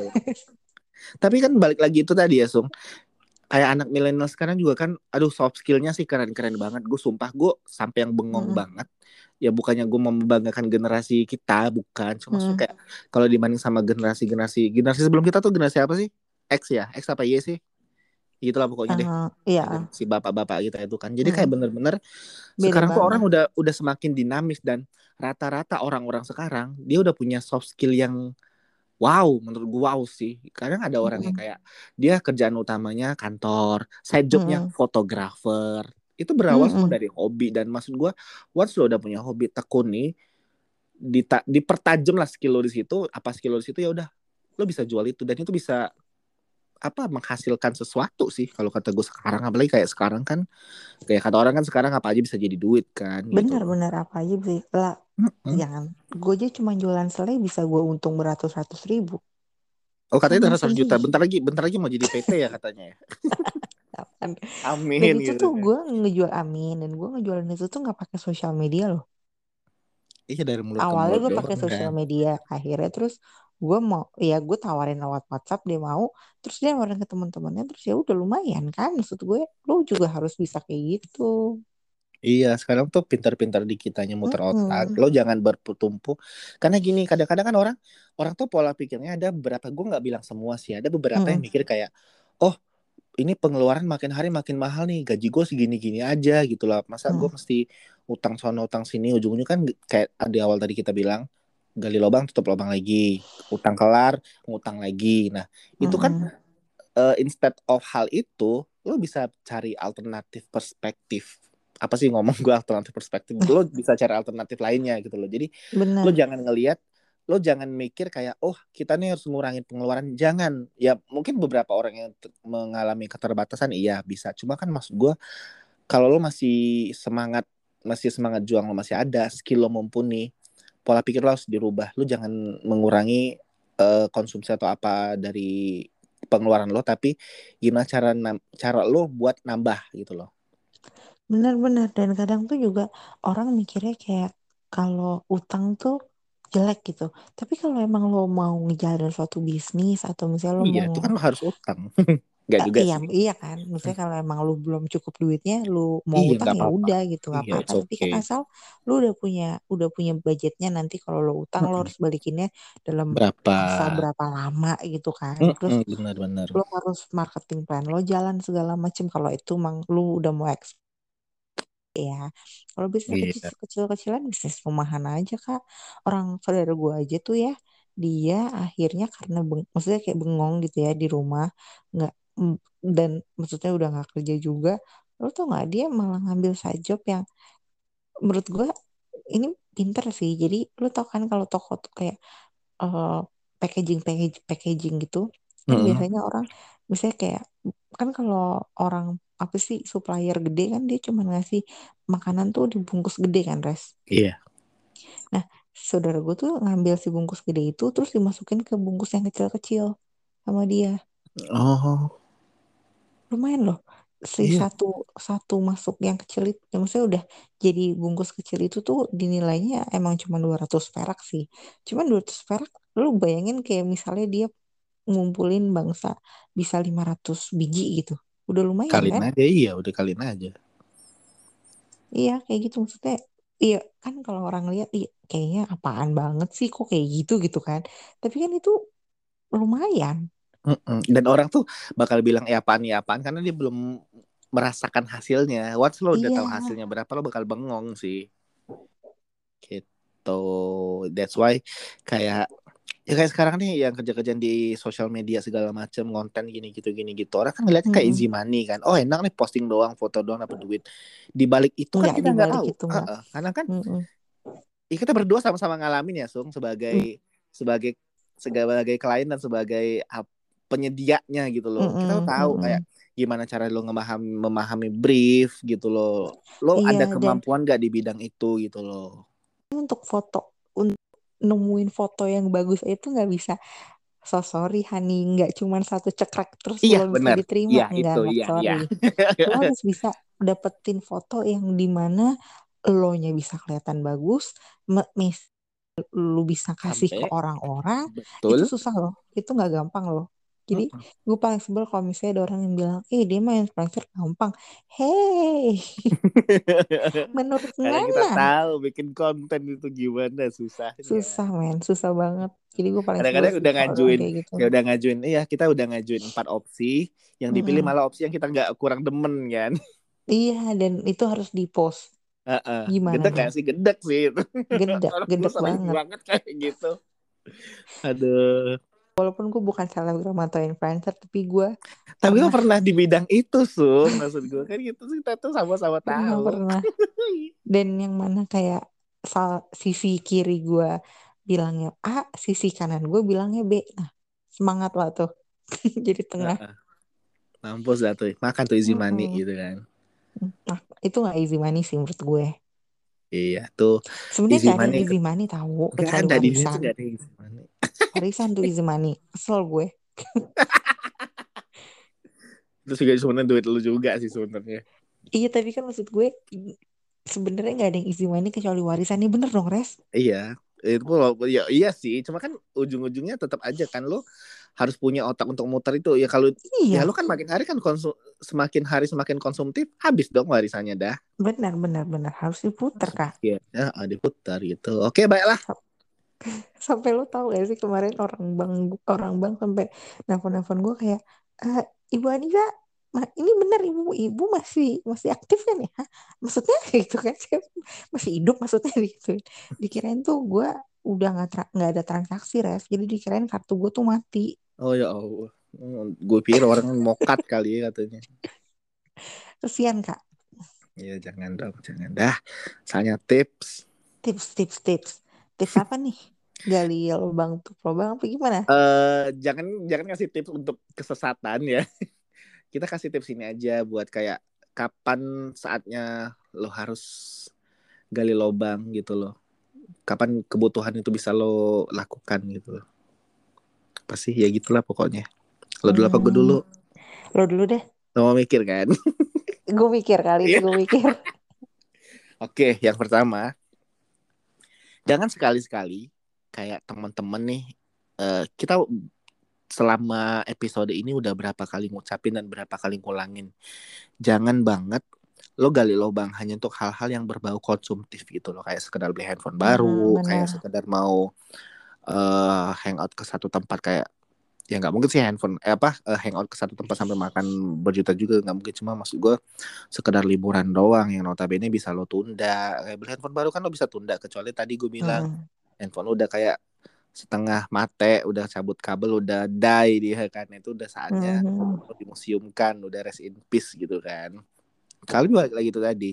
Tapi kan balik lagi itu tadi ya, Sung. Kayak anak milenial sekarang juga kan, aduh soft skillnya sih keren-keren banget. Gue sumpah gue sampai yang bengong Mm-mm. banget. Ya bukannya gue membanggakan generasi kita, bukan. Cuma maksudnya Mm-mm. kayak kalau dibanding sama generasi-generasi generasi sebelum kita tuh generasi apa sih? X ya, X apa Y sih? Itulah pokoknya deh. Eh, iya, Ya, generasi bapak-bapak kita itu kan. Jadi kayak mm-mm. bener-bener Beda sekarang tuh orang banget. udah udah semakin dinamis, dan rata-rata orang-orang sekarang dia udah punya soft skill yang wow, menurut gue wow sih. Kadang ada orang yang Mm-mm. kayak dia kerjaan utamanya kantor, side jobnya Mm-mm. fotografer. Itu berawal semua Mm-mm. dari hobi, dan maksud gue once lo udah punya hobi tekuni, dita- dipertajam lah skill lo di situ, apa skill lo di situ ya udah lo bisa jual itu, dan itu bisa apa menghasilkan sesuatu sih kalau kata gue sekarang, apalagi kayak sekarang kan kayak kata orang kan sekarang apa aja bisa jadi duit kan gitu loh. Benar-benar apa aja sih lah. Mm-mm. Jangan, gue aja cuma jualan selai bisa gue untung beratus-ratus ribu. Oh katanya Sama udah seratus juta, sedih. bentar lagi bentar lagi mau jadi P T ya katanya ya. Kan. Dan Amin itu gitu tuh kan. gue ngejual, amin, dan gue ngejualin itu tuh nggak pakai sosial media loh. Iya dari mulut ke Awalnya mulut gue pakai doang sosial kan. media, akhirnya terus gue mau, ya gue tawarin lewat WhatsApp, dia mau, terus dia nawarin ke teman-temannya, terus ya udah lumayan kan, maksud gue lo juga harus bisa kayak gitu. Iya, sekarang tuh pintar-pintar di kitanya muter otak. Mm-mm. Lo jangan bertumpu. Karena gini, kadang-kadang kan orang orang tuh pola pikirnya ada beberapa, gue nggak bilang semua sih, ada beberapa yang Mm-mm. mikir kayak, oh ini pengeluaran makin hari makin mahal nih, gaji gue segini-gini aja gitu lah. Masa gue Mm-mm. mesti utang sono utang sini, ujung-ujungnya kan kayak di awal tadi kita bilang, gali lubang tutup lubang lagi, utang kelar ngutang lagi. Nah itu kan Mm-mm. uh, instead of hal itu lo bisa cari alternatif perspektif. Apa sih ngomong gue alternatif perspektif, lo bisa cari alternatif lainnya gitu loh. Jadi lo Bener. jangan ngelihat, lo jangan mikir kayak oh kita nih harus ngurangin pengeluaran. Jangan, ya mungkin beberapa orang yang t- mengalami keterbatasan iya bisa, cuma kan maksud gue kalau lo masih semangat, masih semangat juang, lo masih ada skill, lo mumpuni, pola pikir lo harus dirubah. Lo jangan mengurangi uh, konsumsi atau apa dari pengeluaran lo, tapi gimana cara cara lo buat nambah gitu loh. Bener-bener. Dan kadang tuh juga orang mikirnya kayak kalau utang tuh jelek gitu. Tapi kalau emang lo mau ngejalanin suatu bisnis atau misalnya lo Iya, mau itu kan harus utang. Nggak Eh, juga iya, sih. iya kan. Misalnya kalau emang lu belum cukup duitnya, lu mau Iya, utang nggak ya apa-apa. udah gitu, nggak Iya, apa-apa. it's Tapi kan okay. asal lu udah punya, udah punya budgetnya nanti kalau lu utang lo Mm-mm. harus balikinnya dalam Berapa? masa berapa lama gitu kan. Terus Mm-mm, benar-benar. lo harus marketing plan lo jalan segala macem. Kalau itu emang lu udah mau ekspor ya. Kalau bisnis Iya. kecil kecil-kecilan bisnis rumahan aja Kak. Orang saudara gue aja tuh ya, dia akhirnya karena beng, maksudnya kayak bengong gitu ya di rumah, nggak mm, dan maksudnya udah nggak kerja juga. Lo tau nggak dia malah ngambil side job yang menurut gue ini pinter sih. Jadi lo tau kan kalau toko tuh kayak eh, packaging packaging packaging gitu kan Mm-mm. biasanya orang misalnya kayak kan kalau orang apa sih supplier gede kan dia cuma ngasih makanan tuh dibungkus gede kan res. Iya. Nah saudara gue tuh ngambil si bungkus gede itu terus dimasukin ke bungkus yang kecil-kecil sama dia. Oh, Lumayan loh si iya. satu satu masuk yang kecil itu ya maksudnya udah jadi bungkus kecil itu tuh dinilainya emang cuma dua ratus perak sih. Cuman dua ratus perak lu bayangin kayak misalnya dia ngumpulin bangsa bisa lima ratus biji gitu. Udah lumayan Kalin kan? aja, iya, udah kalin aja. Iya, kayak gitu maksudnya. Iya, kan kalau orang lihat iya, kayaknya apaan banget sih kok kayak gitu gitu kan. Tapi kan itu lumayan. Mm-mm. Dan orang tuh bakal bilang ya apaan ya apaan karena dia belum merasakan hasilnya. Once lo udah Iya, tahu hasilnya berapa, lo bakal bengong sih. Gitu. That's why kayak ya kayak sekarang nih yang kerja-kerjaan di sosial media segala macam konten gini gitu gini gitu, orang kan ngeliatnya kayak mm-mm. easy money kan, oh enak nih posting doang foto doang dapat duit. Di balik itu kan Nggak kita nggak dibalik tahu. itu nggak. Heeh. Karena kan Mm-mm. ya kita berdua sama-sama ngalamin ya Sung, sebagai sebagai sebagai klien dan sebagai ap- penyedianya gitu loh, kita tuh Mm-mm, tahu kayak mm-mm. gimana cara lo memahami memahami brief gitu loh, lo Iya, ada dan kemampuan gak di bidang itu gitu loh. untuk foto, untuk nemuin foto yang bagus itu nggak bisa so sorry honey, nggak cuman satu cekrek terus Iya lo bisa benar, diterima, iya nggak itu, nggak iya iya. sorry. Lo harus bisa dapetin foto yang dimana lo nya bisa kelihatan bagus, me- mis- lu bisa kasih ke Sampai orang-orang, itu betul. susah loh, itu nggak gampang loh. Jadi Mm-mm. gue paling sebel kalau misalnya ada orang yang bilang, eh dia mah influencer gampang. Hey, menurut Karena kita Ngana tahu bikin konten itu gimana susahnya. susah men, susah banget. Jadi gue paling sebel Kadang-kadang sih udah kalau orang ngajuin, kayak gitu. ya udah ngajuin, iya kita udah ngajuin empat opsi, yang dipilih Mm-mm. malah opsi yang kita nggak kurang demen kan. Iya, dan itu harus di post. Heeh. Gimana Gedek dong? gak sih? Gedek sih itu. Gedek, Orang gue gedek sering banget. banget kayak gitu. Aduh. Walaupun gue bukan selebgram atau influencer, tapi gue Tapi gue pernah, pernah di bidang itu, Sung. Maksud gue kan gitu sih, kita tuh sama-sama pernah, tahu. pernah. Dan yang mana kayak sal- sisi kiri gue bilangnya A, sisi kanan gue bilangnya B. Nah, semangat lah tuh. Jadi tengah. Heeh. Mampus dah tuh. Makan tuh easy money Mm-mm. gitu kan. Nah, itu gak easy money sih menurut gue. Iya tuh Sebenarnya easy gak ada money. yang easy money tahu, Gak kecuali ada di sini tuh warisan. gak ada easy money. Warisan tuh easy money. Kesel gue. Terus juga sebenarnya duit lu juga sih sebenarnya. Iya, tapi kan maksud gue sebenarnya nggak ada yang easy money kecuali warisan. Ini bener dong, Res? Iya, itu loh, ya iya sih. Cuma kan ujung-ujungnya tetap aja kan lo harus punya otak untuk muter itu. Ya kalau ya lo Iya, kan makin hari kan konsum, semakin hari semakin konsumtif, habis dong warisannya dah. benar, benar, benar. Harus diputer, Kak. Iya, ya, ah, diputar gitu. Oke, baiklah. Sa- Sampai lo tahu gak sih kemarin orang bang orang bang sampai nelfon-nelfon gue kayak, "Eh, Ibu Anissa ini benar ibu-ibu masih masih aktif kan ya? Maksudnya gitu kan, masih hidup maksudnya gitu. Dikirain tuh gue udah nggak tra- nggak ada transaksi Ref, jadi dikirain kartu gue tuh mati. Oh ya Allah. Gue pikir orang mokat kali ya katanya. Kesian kak. Ya jangan dong, jangan dah. Soalnya tips. Tips tips tips tips apa nih? Gali lubang tuh lubang apa gimana? Eh jangan jangan kasih tips untuk kesesatan ya. Kita kasih tips ini aja buat kayak kapan saatnya lo harus gali lubang gitu loh. Kapan kebutuhan itu bisa lo lakukan gitu loh. Pasti ya gitulah pokoknya. Lo dulu apa gue Hmm, dulu? lo dulu deh. Lo mau mikir kan? Gue mikir kali ini Iya. gue mikir. Oke, yang pertama, jangan sekali-sekali kayak teman-teman nih, eh, kita selama episode ini udah berapa kali ngucapin dan berapa kali ngulangin. Jangan banget lo gali lubang hanya untuk hal-hal yang berbau konsumtif gitu loh. Kayak sekedar beli handphone Mm-mm, baru, kayak benar. sekedar mau eh, hangout ke satu tempat kayak ya nggak mungkin sih handphone eh, apa eh, hangout ke satu tempat sampai makan berjuta juga nggak mungkin, cuma maksud gue sekedar liburan doang yang notabene bisa lo tunda. Kayak beli handphone baru kan lo bisa tunda, kecuali tadi gue bilang Mm-mm, handphone lo udah kayak setengah mate, udah cabut kabel, udah die dia kan, itu udah saatnya mm-mm, lo dimuseumkan, udah rest in peace gitu kan. Kali balik lagi itu tadi,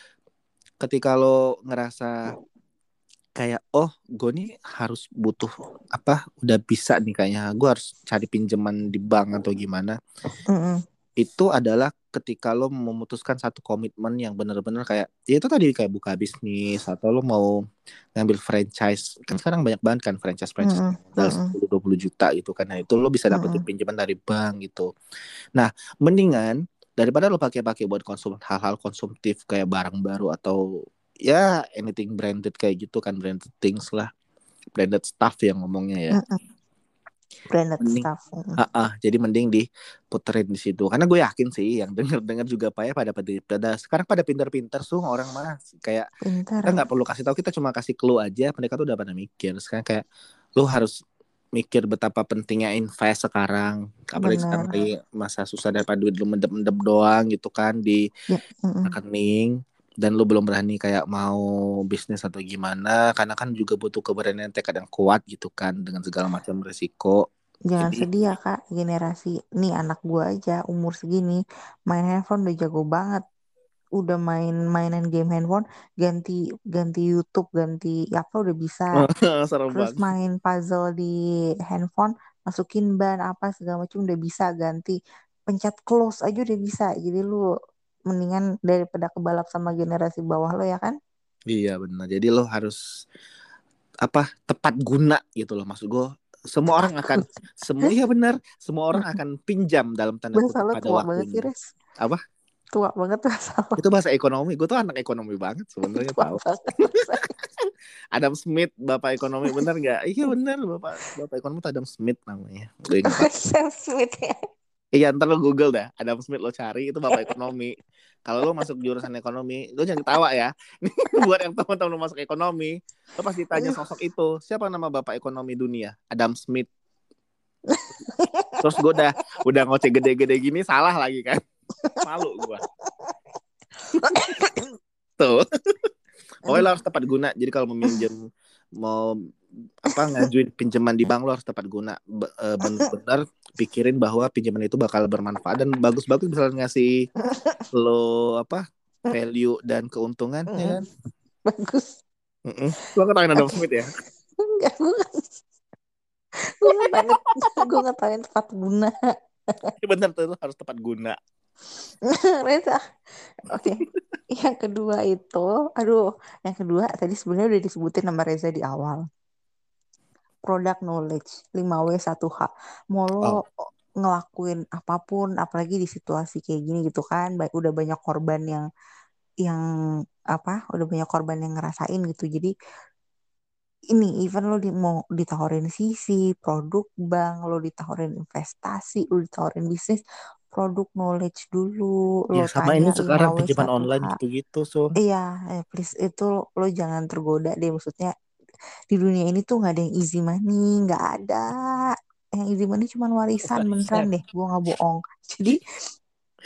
ketika lo ngerasa kayak oh gue nih harus butuh apa udah bisa nih kayaknya gue harus cari pinjaman di bank atau gimana, mm-mm, itu adalah ketika lo memutuskan satu komitmen yang benar-benar kayak ya itu tadi kayak buka bisnis atau lo mau ngambil franchise. Kan sekarang banyak banget kan franchise franchise mm-mm, modal mm-mm, sepuluh dua puluh juta gitu kan, nah itu lo bisa dapetin mm-mm. pinjaman dari bank gitu. Nah mendingan daripada lo pakai-pakai buat konsum hal-hal konsumtif kayak barang baru atau ya anything branded kayak gitu kan, branded things lah, branded stuff yang ngomongnya ya, Mm-mm. Branded mending stuff. Mm-mm. ah ah, jadi mending diputerin di situ karena gue yakin sih yang denger-denger juga pak ya pada pada, pada sekarang pada pinter-pinter tuh orang mah kayak kita Pinter. nggak perlu kasih tahu, kita cuma kasih clue aja mereka tuh udah pada mikir sekarang kayak lu harus mikir betapa pentingnya invest sekarang, apalagi sekarang Bener. lagi masa susah daripada duit lu mendem-mendem doang gitu kan di Ya, mm-mm. rekening, dan lu belum berani kayak mau bisnis atau gimana karena kan juga butuh keberanian tekad yang kuat gitu kan dengan segala macam resiko. Jangan Jadi sedih ya kak, generasi nih anak gua aja umur segini main handphone udah jago banget, udah main mainan game handphone, ganti ganti YouTube, ganti apa udah bisa. serem Terus banget. main puzzle di handphone, masukin ban apa segala macam udah bisa, ganti pencet close aja udah bisa. Jadi lu mendingan daripada kebalap sama generasi bawah lo ya kan? Iya benar. Jadi lo harus apa tepat guna gitu loh maksud gue. Semua Tepat orang akan gue. semua iya benar. Semua orang akan pinjam dalam tanda Bahasa kutip lo pada tua banget sih waktunya. Res. Apa? Tua banget bahasa lo. Itu bahasa ekonomi. Gue tuh anak ekonomi banget sebenarnya Tua tahu. banget bahasa. Adam Smith, bapak ekonomi bener nggak? Iya bener, bapak bapak ekonomi itu Adam Smith namanya. Gue ingat banget. Sam Smith ya. Iya ntar lo Google dah, Adam Smith lo cari itu bapak ekonomi. Kalau lo masuk jurusan ekonomi, lo jangan ketawa ya. Buat yang teman-teman lo masuk ekonomi, lo pasti tanya sosok itu, siapa nama bapak ekonomi dunia? Adam Smith. Terus gue udah udah ngoceh gede-gede gini salah lagi kan? Malu gue. Tuh. Pokoknya lo Aduh, harus tepat guna. Jadi kalau meminjam mau apa ngajuin pinjaman di bank lo harus tepat guna. Be- eh, bener-bener pikirin bahwa pinjaman itu bakal bermanfaat dan bagus-bagus bisa ngasih lo apa value dan keuntungan ya kan. bagus. Mm-mm. Lo ketahuin Adam Oke, Smith ya. enggak, gue gue ngetahuin gue ngetahuin tepat guna. Bener tuh lo harus tepat guna. Reza. Oke. Yang kedua itu, aduh, yang kedua tadi sebenarnya udah disebutin nama Reza di awal. Product knowledge, lima W satu H. Mau lo Oh ngelakuin apapun, apalagi di situasi kayak gini gitu kan, ba- udah banyak korban yang yang apa, udah banyak korban yang ngerasain gitu. Jadi ini even lo di, mau ditawarin sisi produk bank, lo ditawarin investasi, lo ditawarin bisnis, produk knowledge dulu, lo ya sama tanya ini lima sekarang W pinjaman satu h. online gitu-gitu so. Iya, eh, please itu lo jangan tergoda deh. Maksudnya di dunia ini tuh nggak ada yang easy money, nggak ada. Yang easy money cuma warisan beneran Warisan. deh, gue nggak bohong. Jadi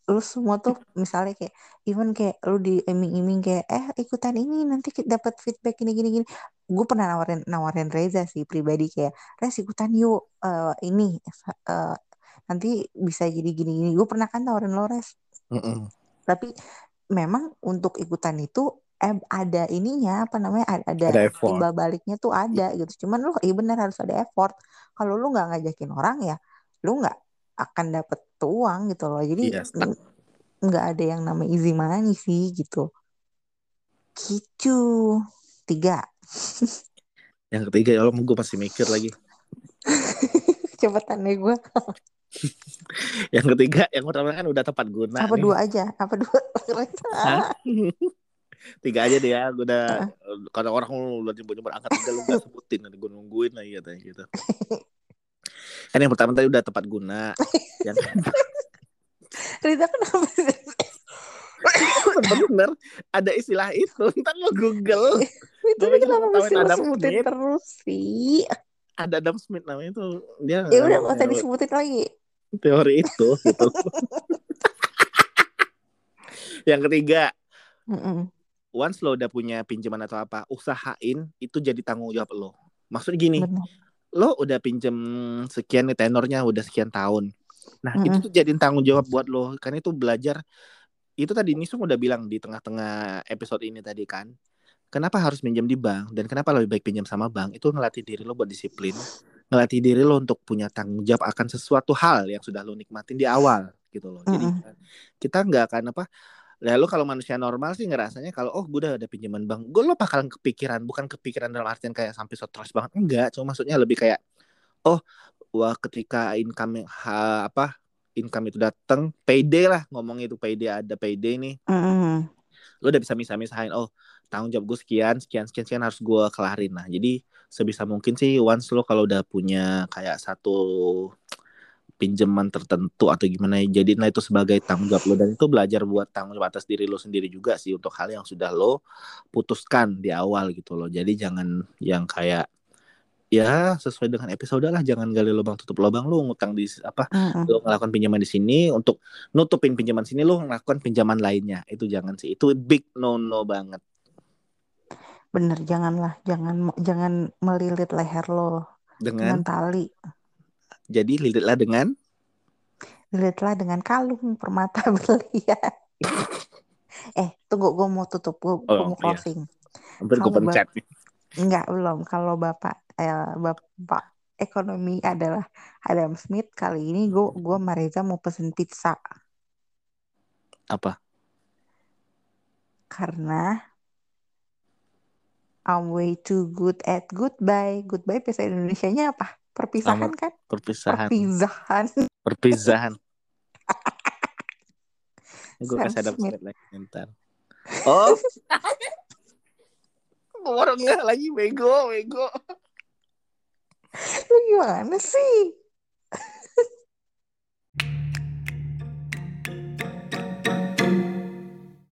lu semua tuh misalnya kayak even kayak lu di iming-iming kayak eh ikutan ini nanti kita dapat feedback ini gini gini. Gue pernah nawarin nawarin Reza sih pribadi kayak Rez ikutan yuk eh, ini eh, nanti bisa jadi gini gini. Gue pernah kan nawarin lo Rez. Mm-mm. Tapi memang untuk ikutan itu eh, ada ininya apa namanya ada, ada Ada effort. timbal baliknya tuh ada gitu. Cuman lu iya benar harus ada effort. Kalau lu nggak ngajakin orang ya lu nggak akan dapet tuh uang gitu loh. Jadi Iya, stuck. n- nggak ada yang namanya easy money sih gitu. Gitu. Tiga. Yang ketiga ya Allah, gue masih mikir lagi. Cepetan deh gue. Yang ketiga, yang pertama kan udah tepat guna Apa nih. dua aja? Apa dua? Hah? Tiga aja deh ya. Gue udah kalau orang lu udah nyebut-nyebut angka tiga lu gak sebutin, nanti gue nungguin lagi katanya gitu. Kan yang pertama tadi udah tepat guna. Yang Rita kenapa sih? bener-bener ada istilah itu. Ntar lu Google. Itu Namanya juga kenapa mesti ngetawain lo Adam sebutin Smith. terus sih? Ada Adam Smith namanya itu. Dia Ya udah ada gak usah disebutin lagi. teori itu gitu. Yang ketiga, Mm-mm. once lo udah punya pinjaman atau apa, usahain itu jadi tanggung jawab lo. Maksudnya gini, Benar. lo udah pinjem sekian nih tenornya udah sekian tahun. Nah, itu Mm-mm. tuh jadiin tanggung jawab buat lo. Karena itu belajar, itu tadi Nisung udah bilang di tengah-tengah episode ini tadi kan. Kenapa harus pinjam di bank dan kenapa lebih baik pinjam sama bank? Itu ngelatih diri lo buat disiplin, ngelatih diri lo untuk punya tanggung jawab akan sesuatu hal yang sudah lo nikmatin di awal gitu loh. Jadi Mm-mm. kita nggak akan apa, lalu kalau manusia normal sih ngerasanya kalau oh gue udah ada pinjaman bank, gue lo bakalan kepikiran, bukan kepikiran dalam artian kayak sampai stres banget, enggak, cuma maksudnya lebih kayak oh wah ketika income ha, apa income itu datang, payday lah ngomongnya itu payday ada payday nih, Mm-mm. lo udah bisa misah-misahin oh tanggung jawab gue sekian sekian sekian sekian harus gue kelarin. Nah jadi sebisa mungkin sih once lo kalau udah punya kayak satu pinjaman tertentu atau gimana jadi nah itu sebagai tanggung jawab lo dan itu belajar buat tanggung jawab atas diri lo sendiri juga sih untuk hal yang sudah lo putuskan di awal gitu loh. Jadi jangan yang kayak ya sesuai dengan episode lah, jangan gali lubang tutup lubang, lo ngutang di apa Mm-mm. lo melakukan pinjaman di sini untuk nutupin pinjaman sini lo melakukan pinjaman lainnya, itu jangan sih, itu big no no banget. Bener, janganlah, jangan jangan melilit leher lo dengan Dengan tali. jadi lilitlah dengan Lilitlah dengan kalung permata berlian. Eh, tunggu, gue mau tutup, gue, gue oh mau iya closing. hampir gue Kalau pencet bapak, nih. enggak belum. Kalau bapak, eh, bapak ekonomi adalah Adam Smith, kali ini gue, gue Mariza mau pesen pizza Apa karena I'm way too good at goodbye. Goodbye bahasa Indonesianya apa? selamat Perpisahan kan? perpisahan Perpisahan. perpisahan gue Sam kasih Adam Smith. Smith lagi ntar. Oh, baru nggak lagi bego, bego. Lu gimana sih?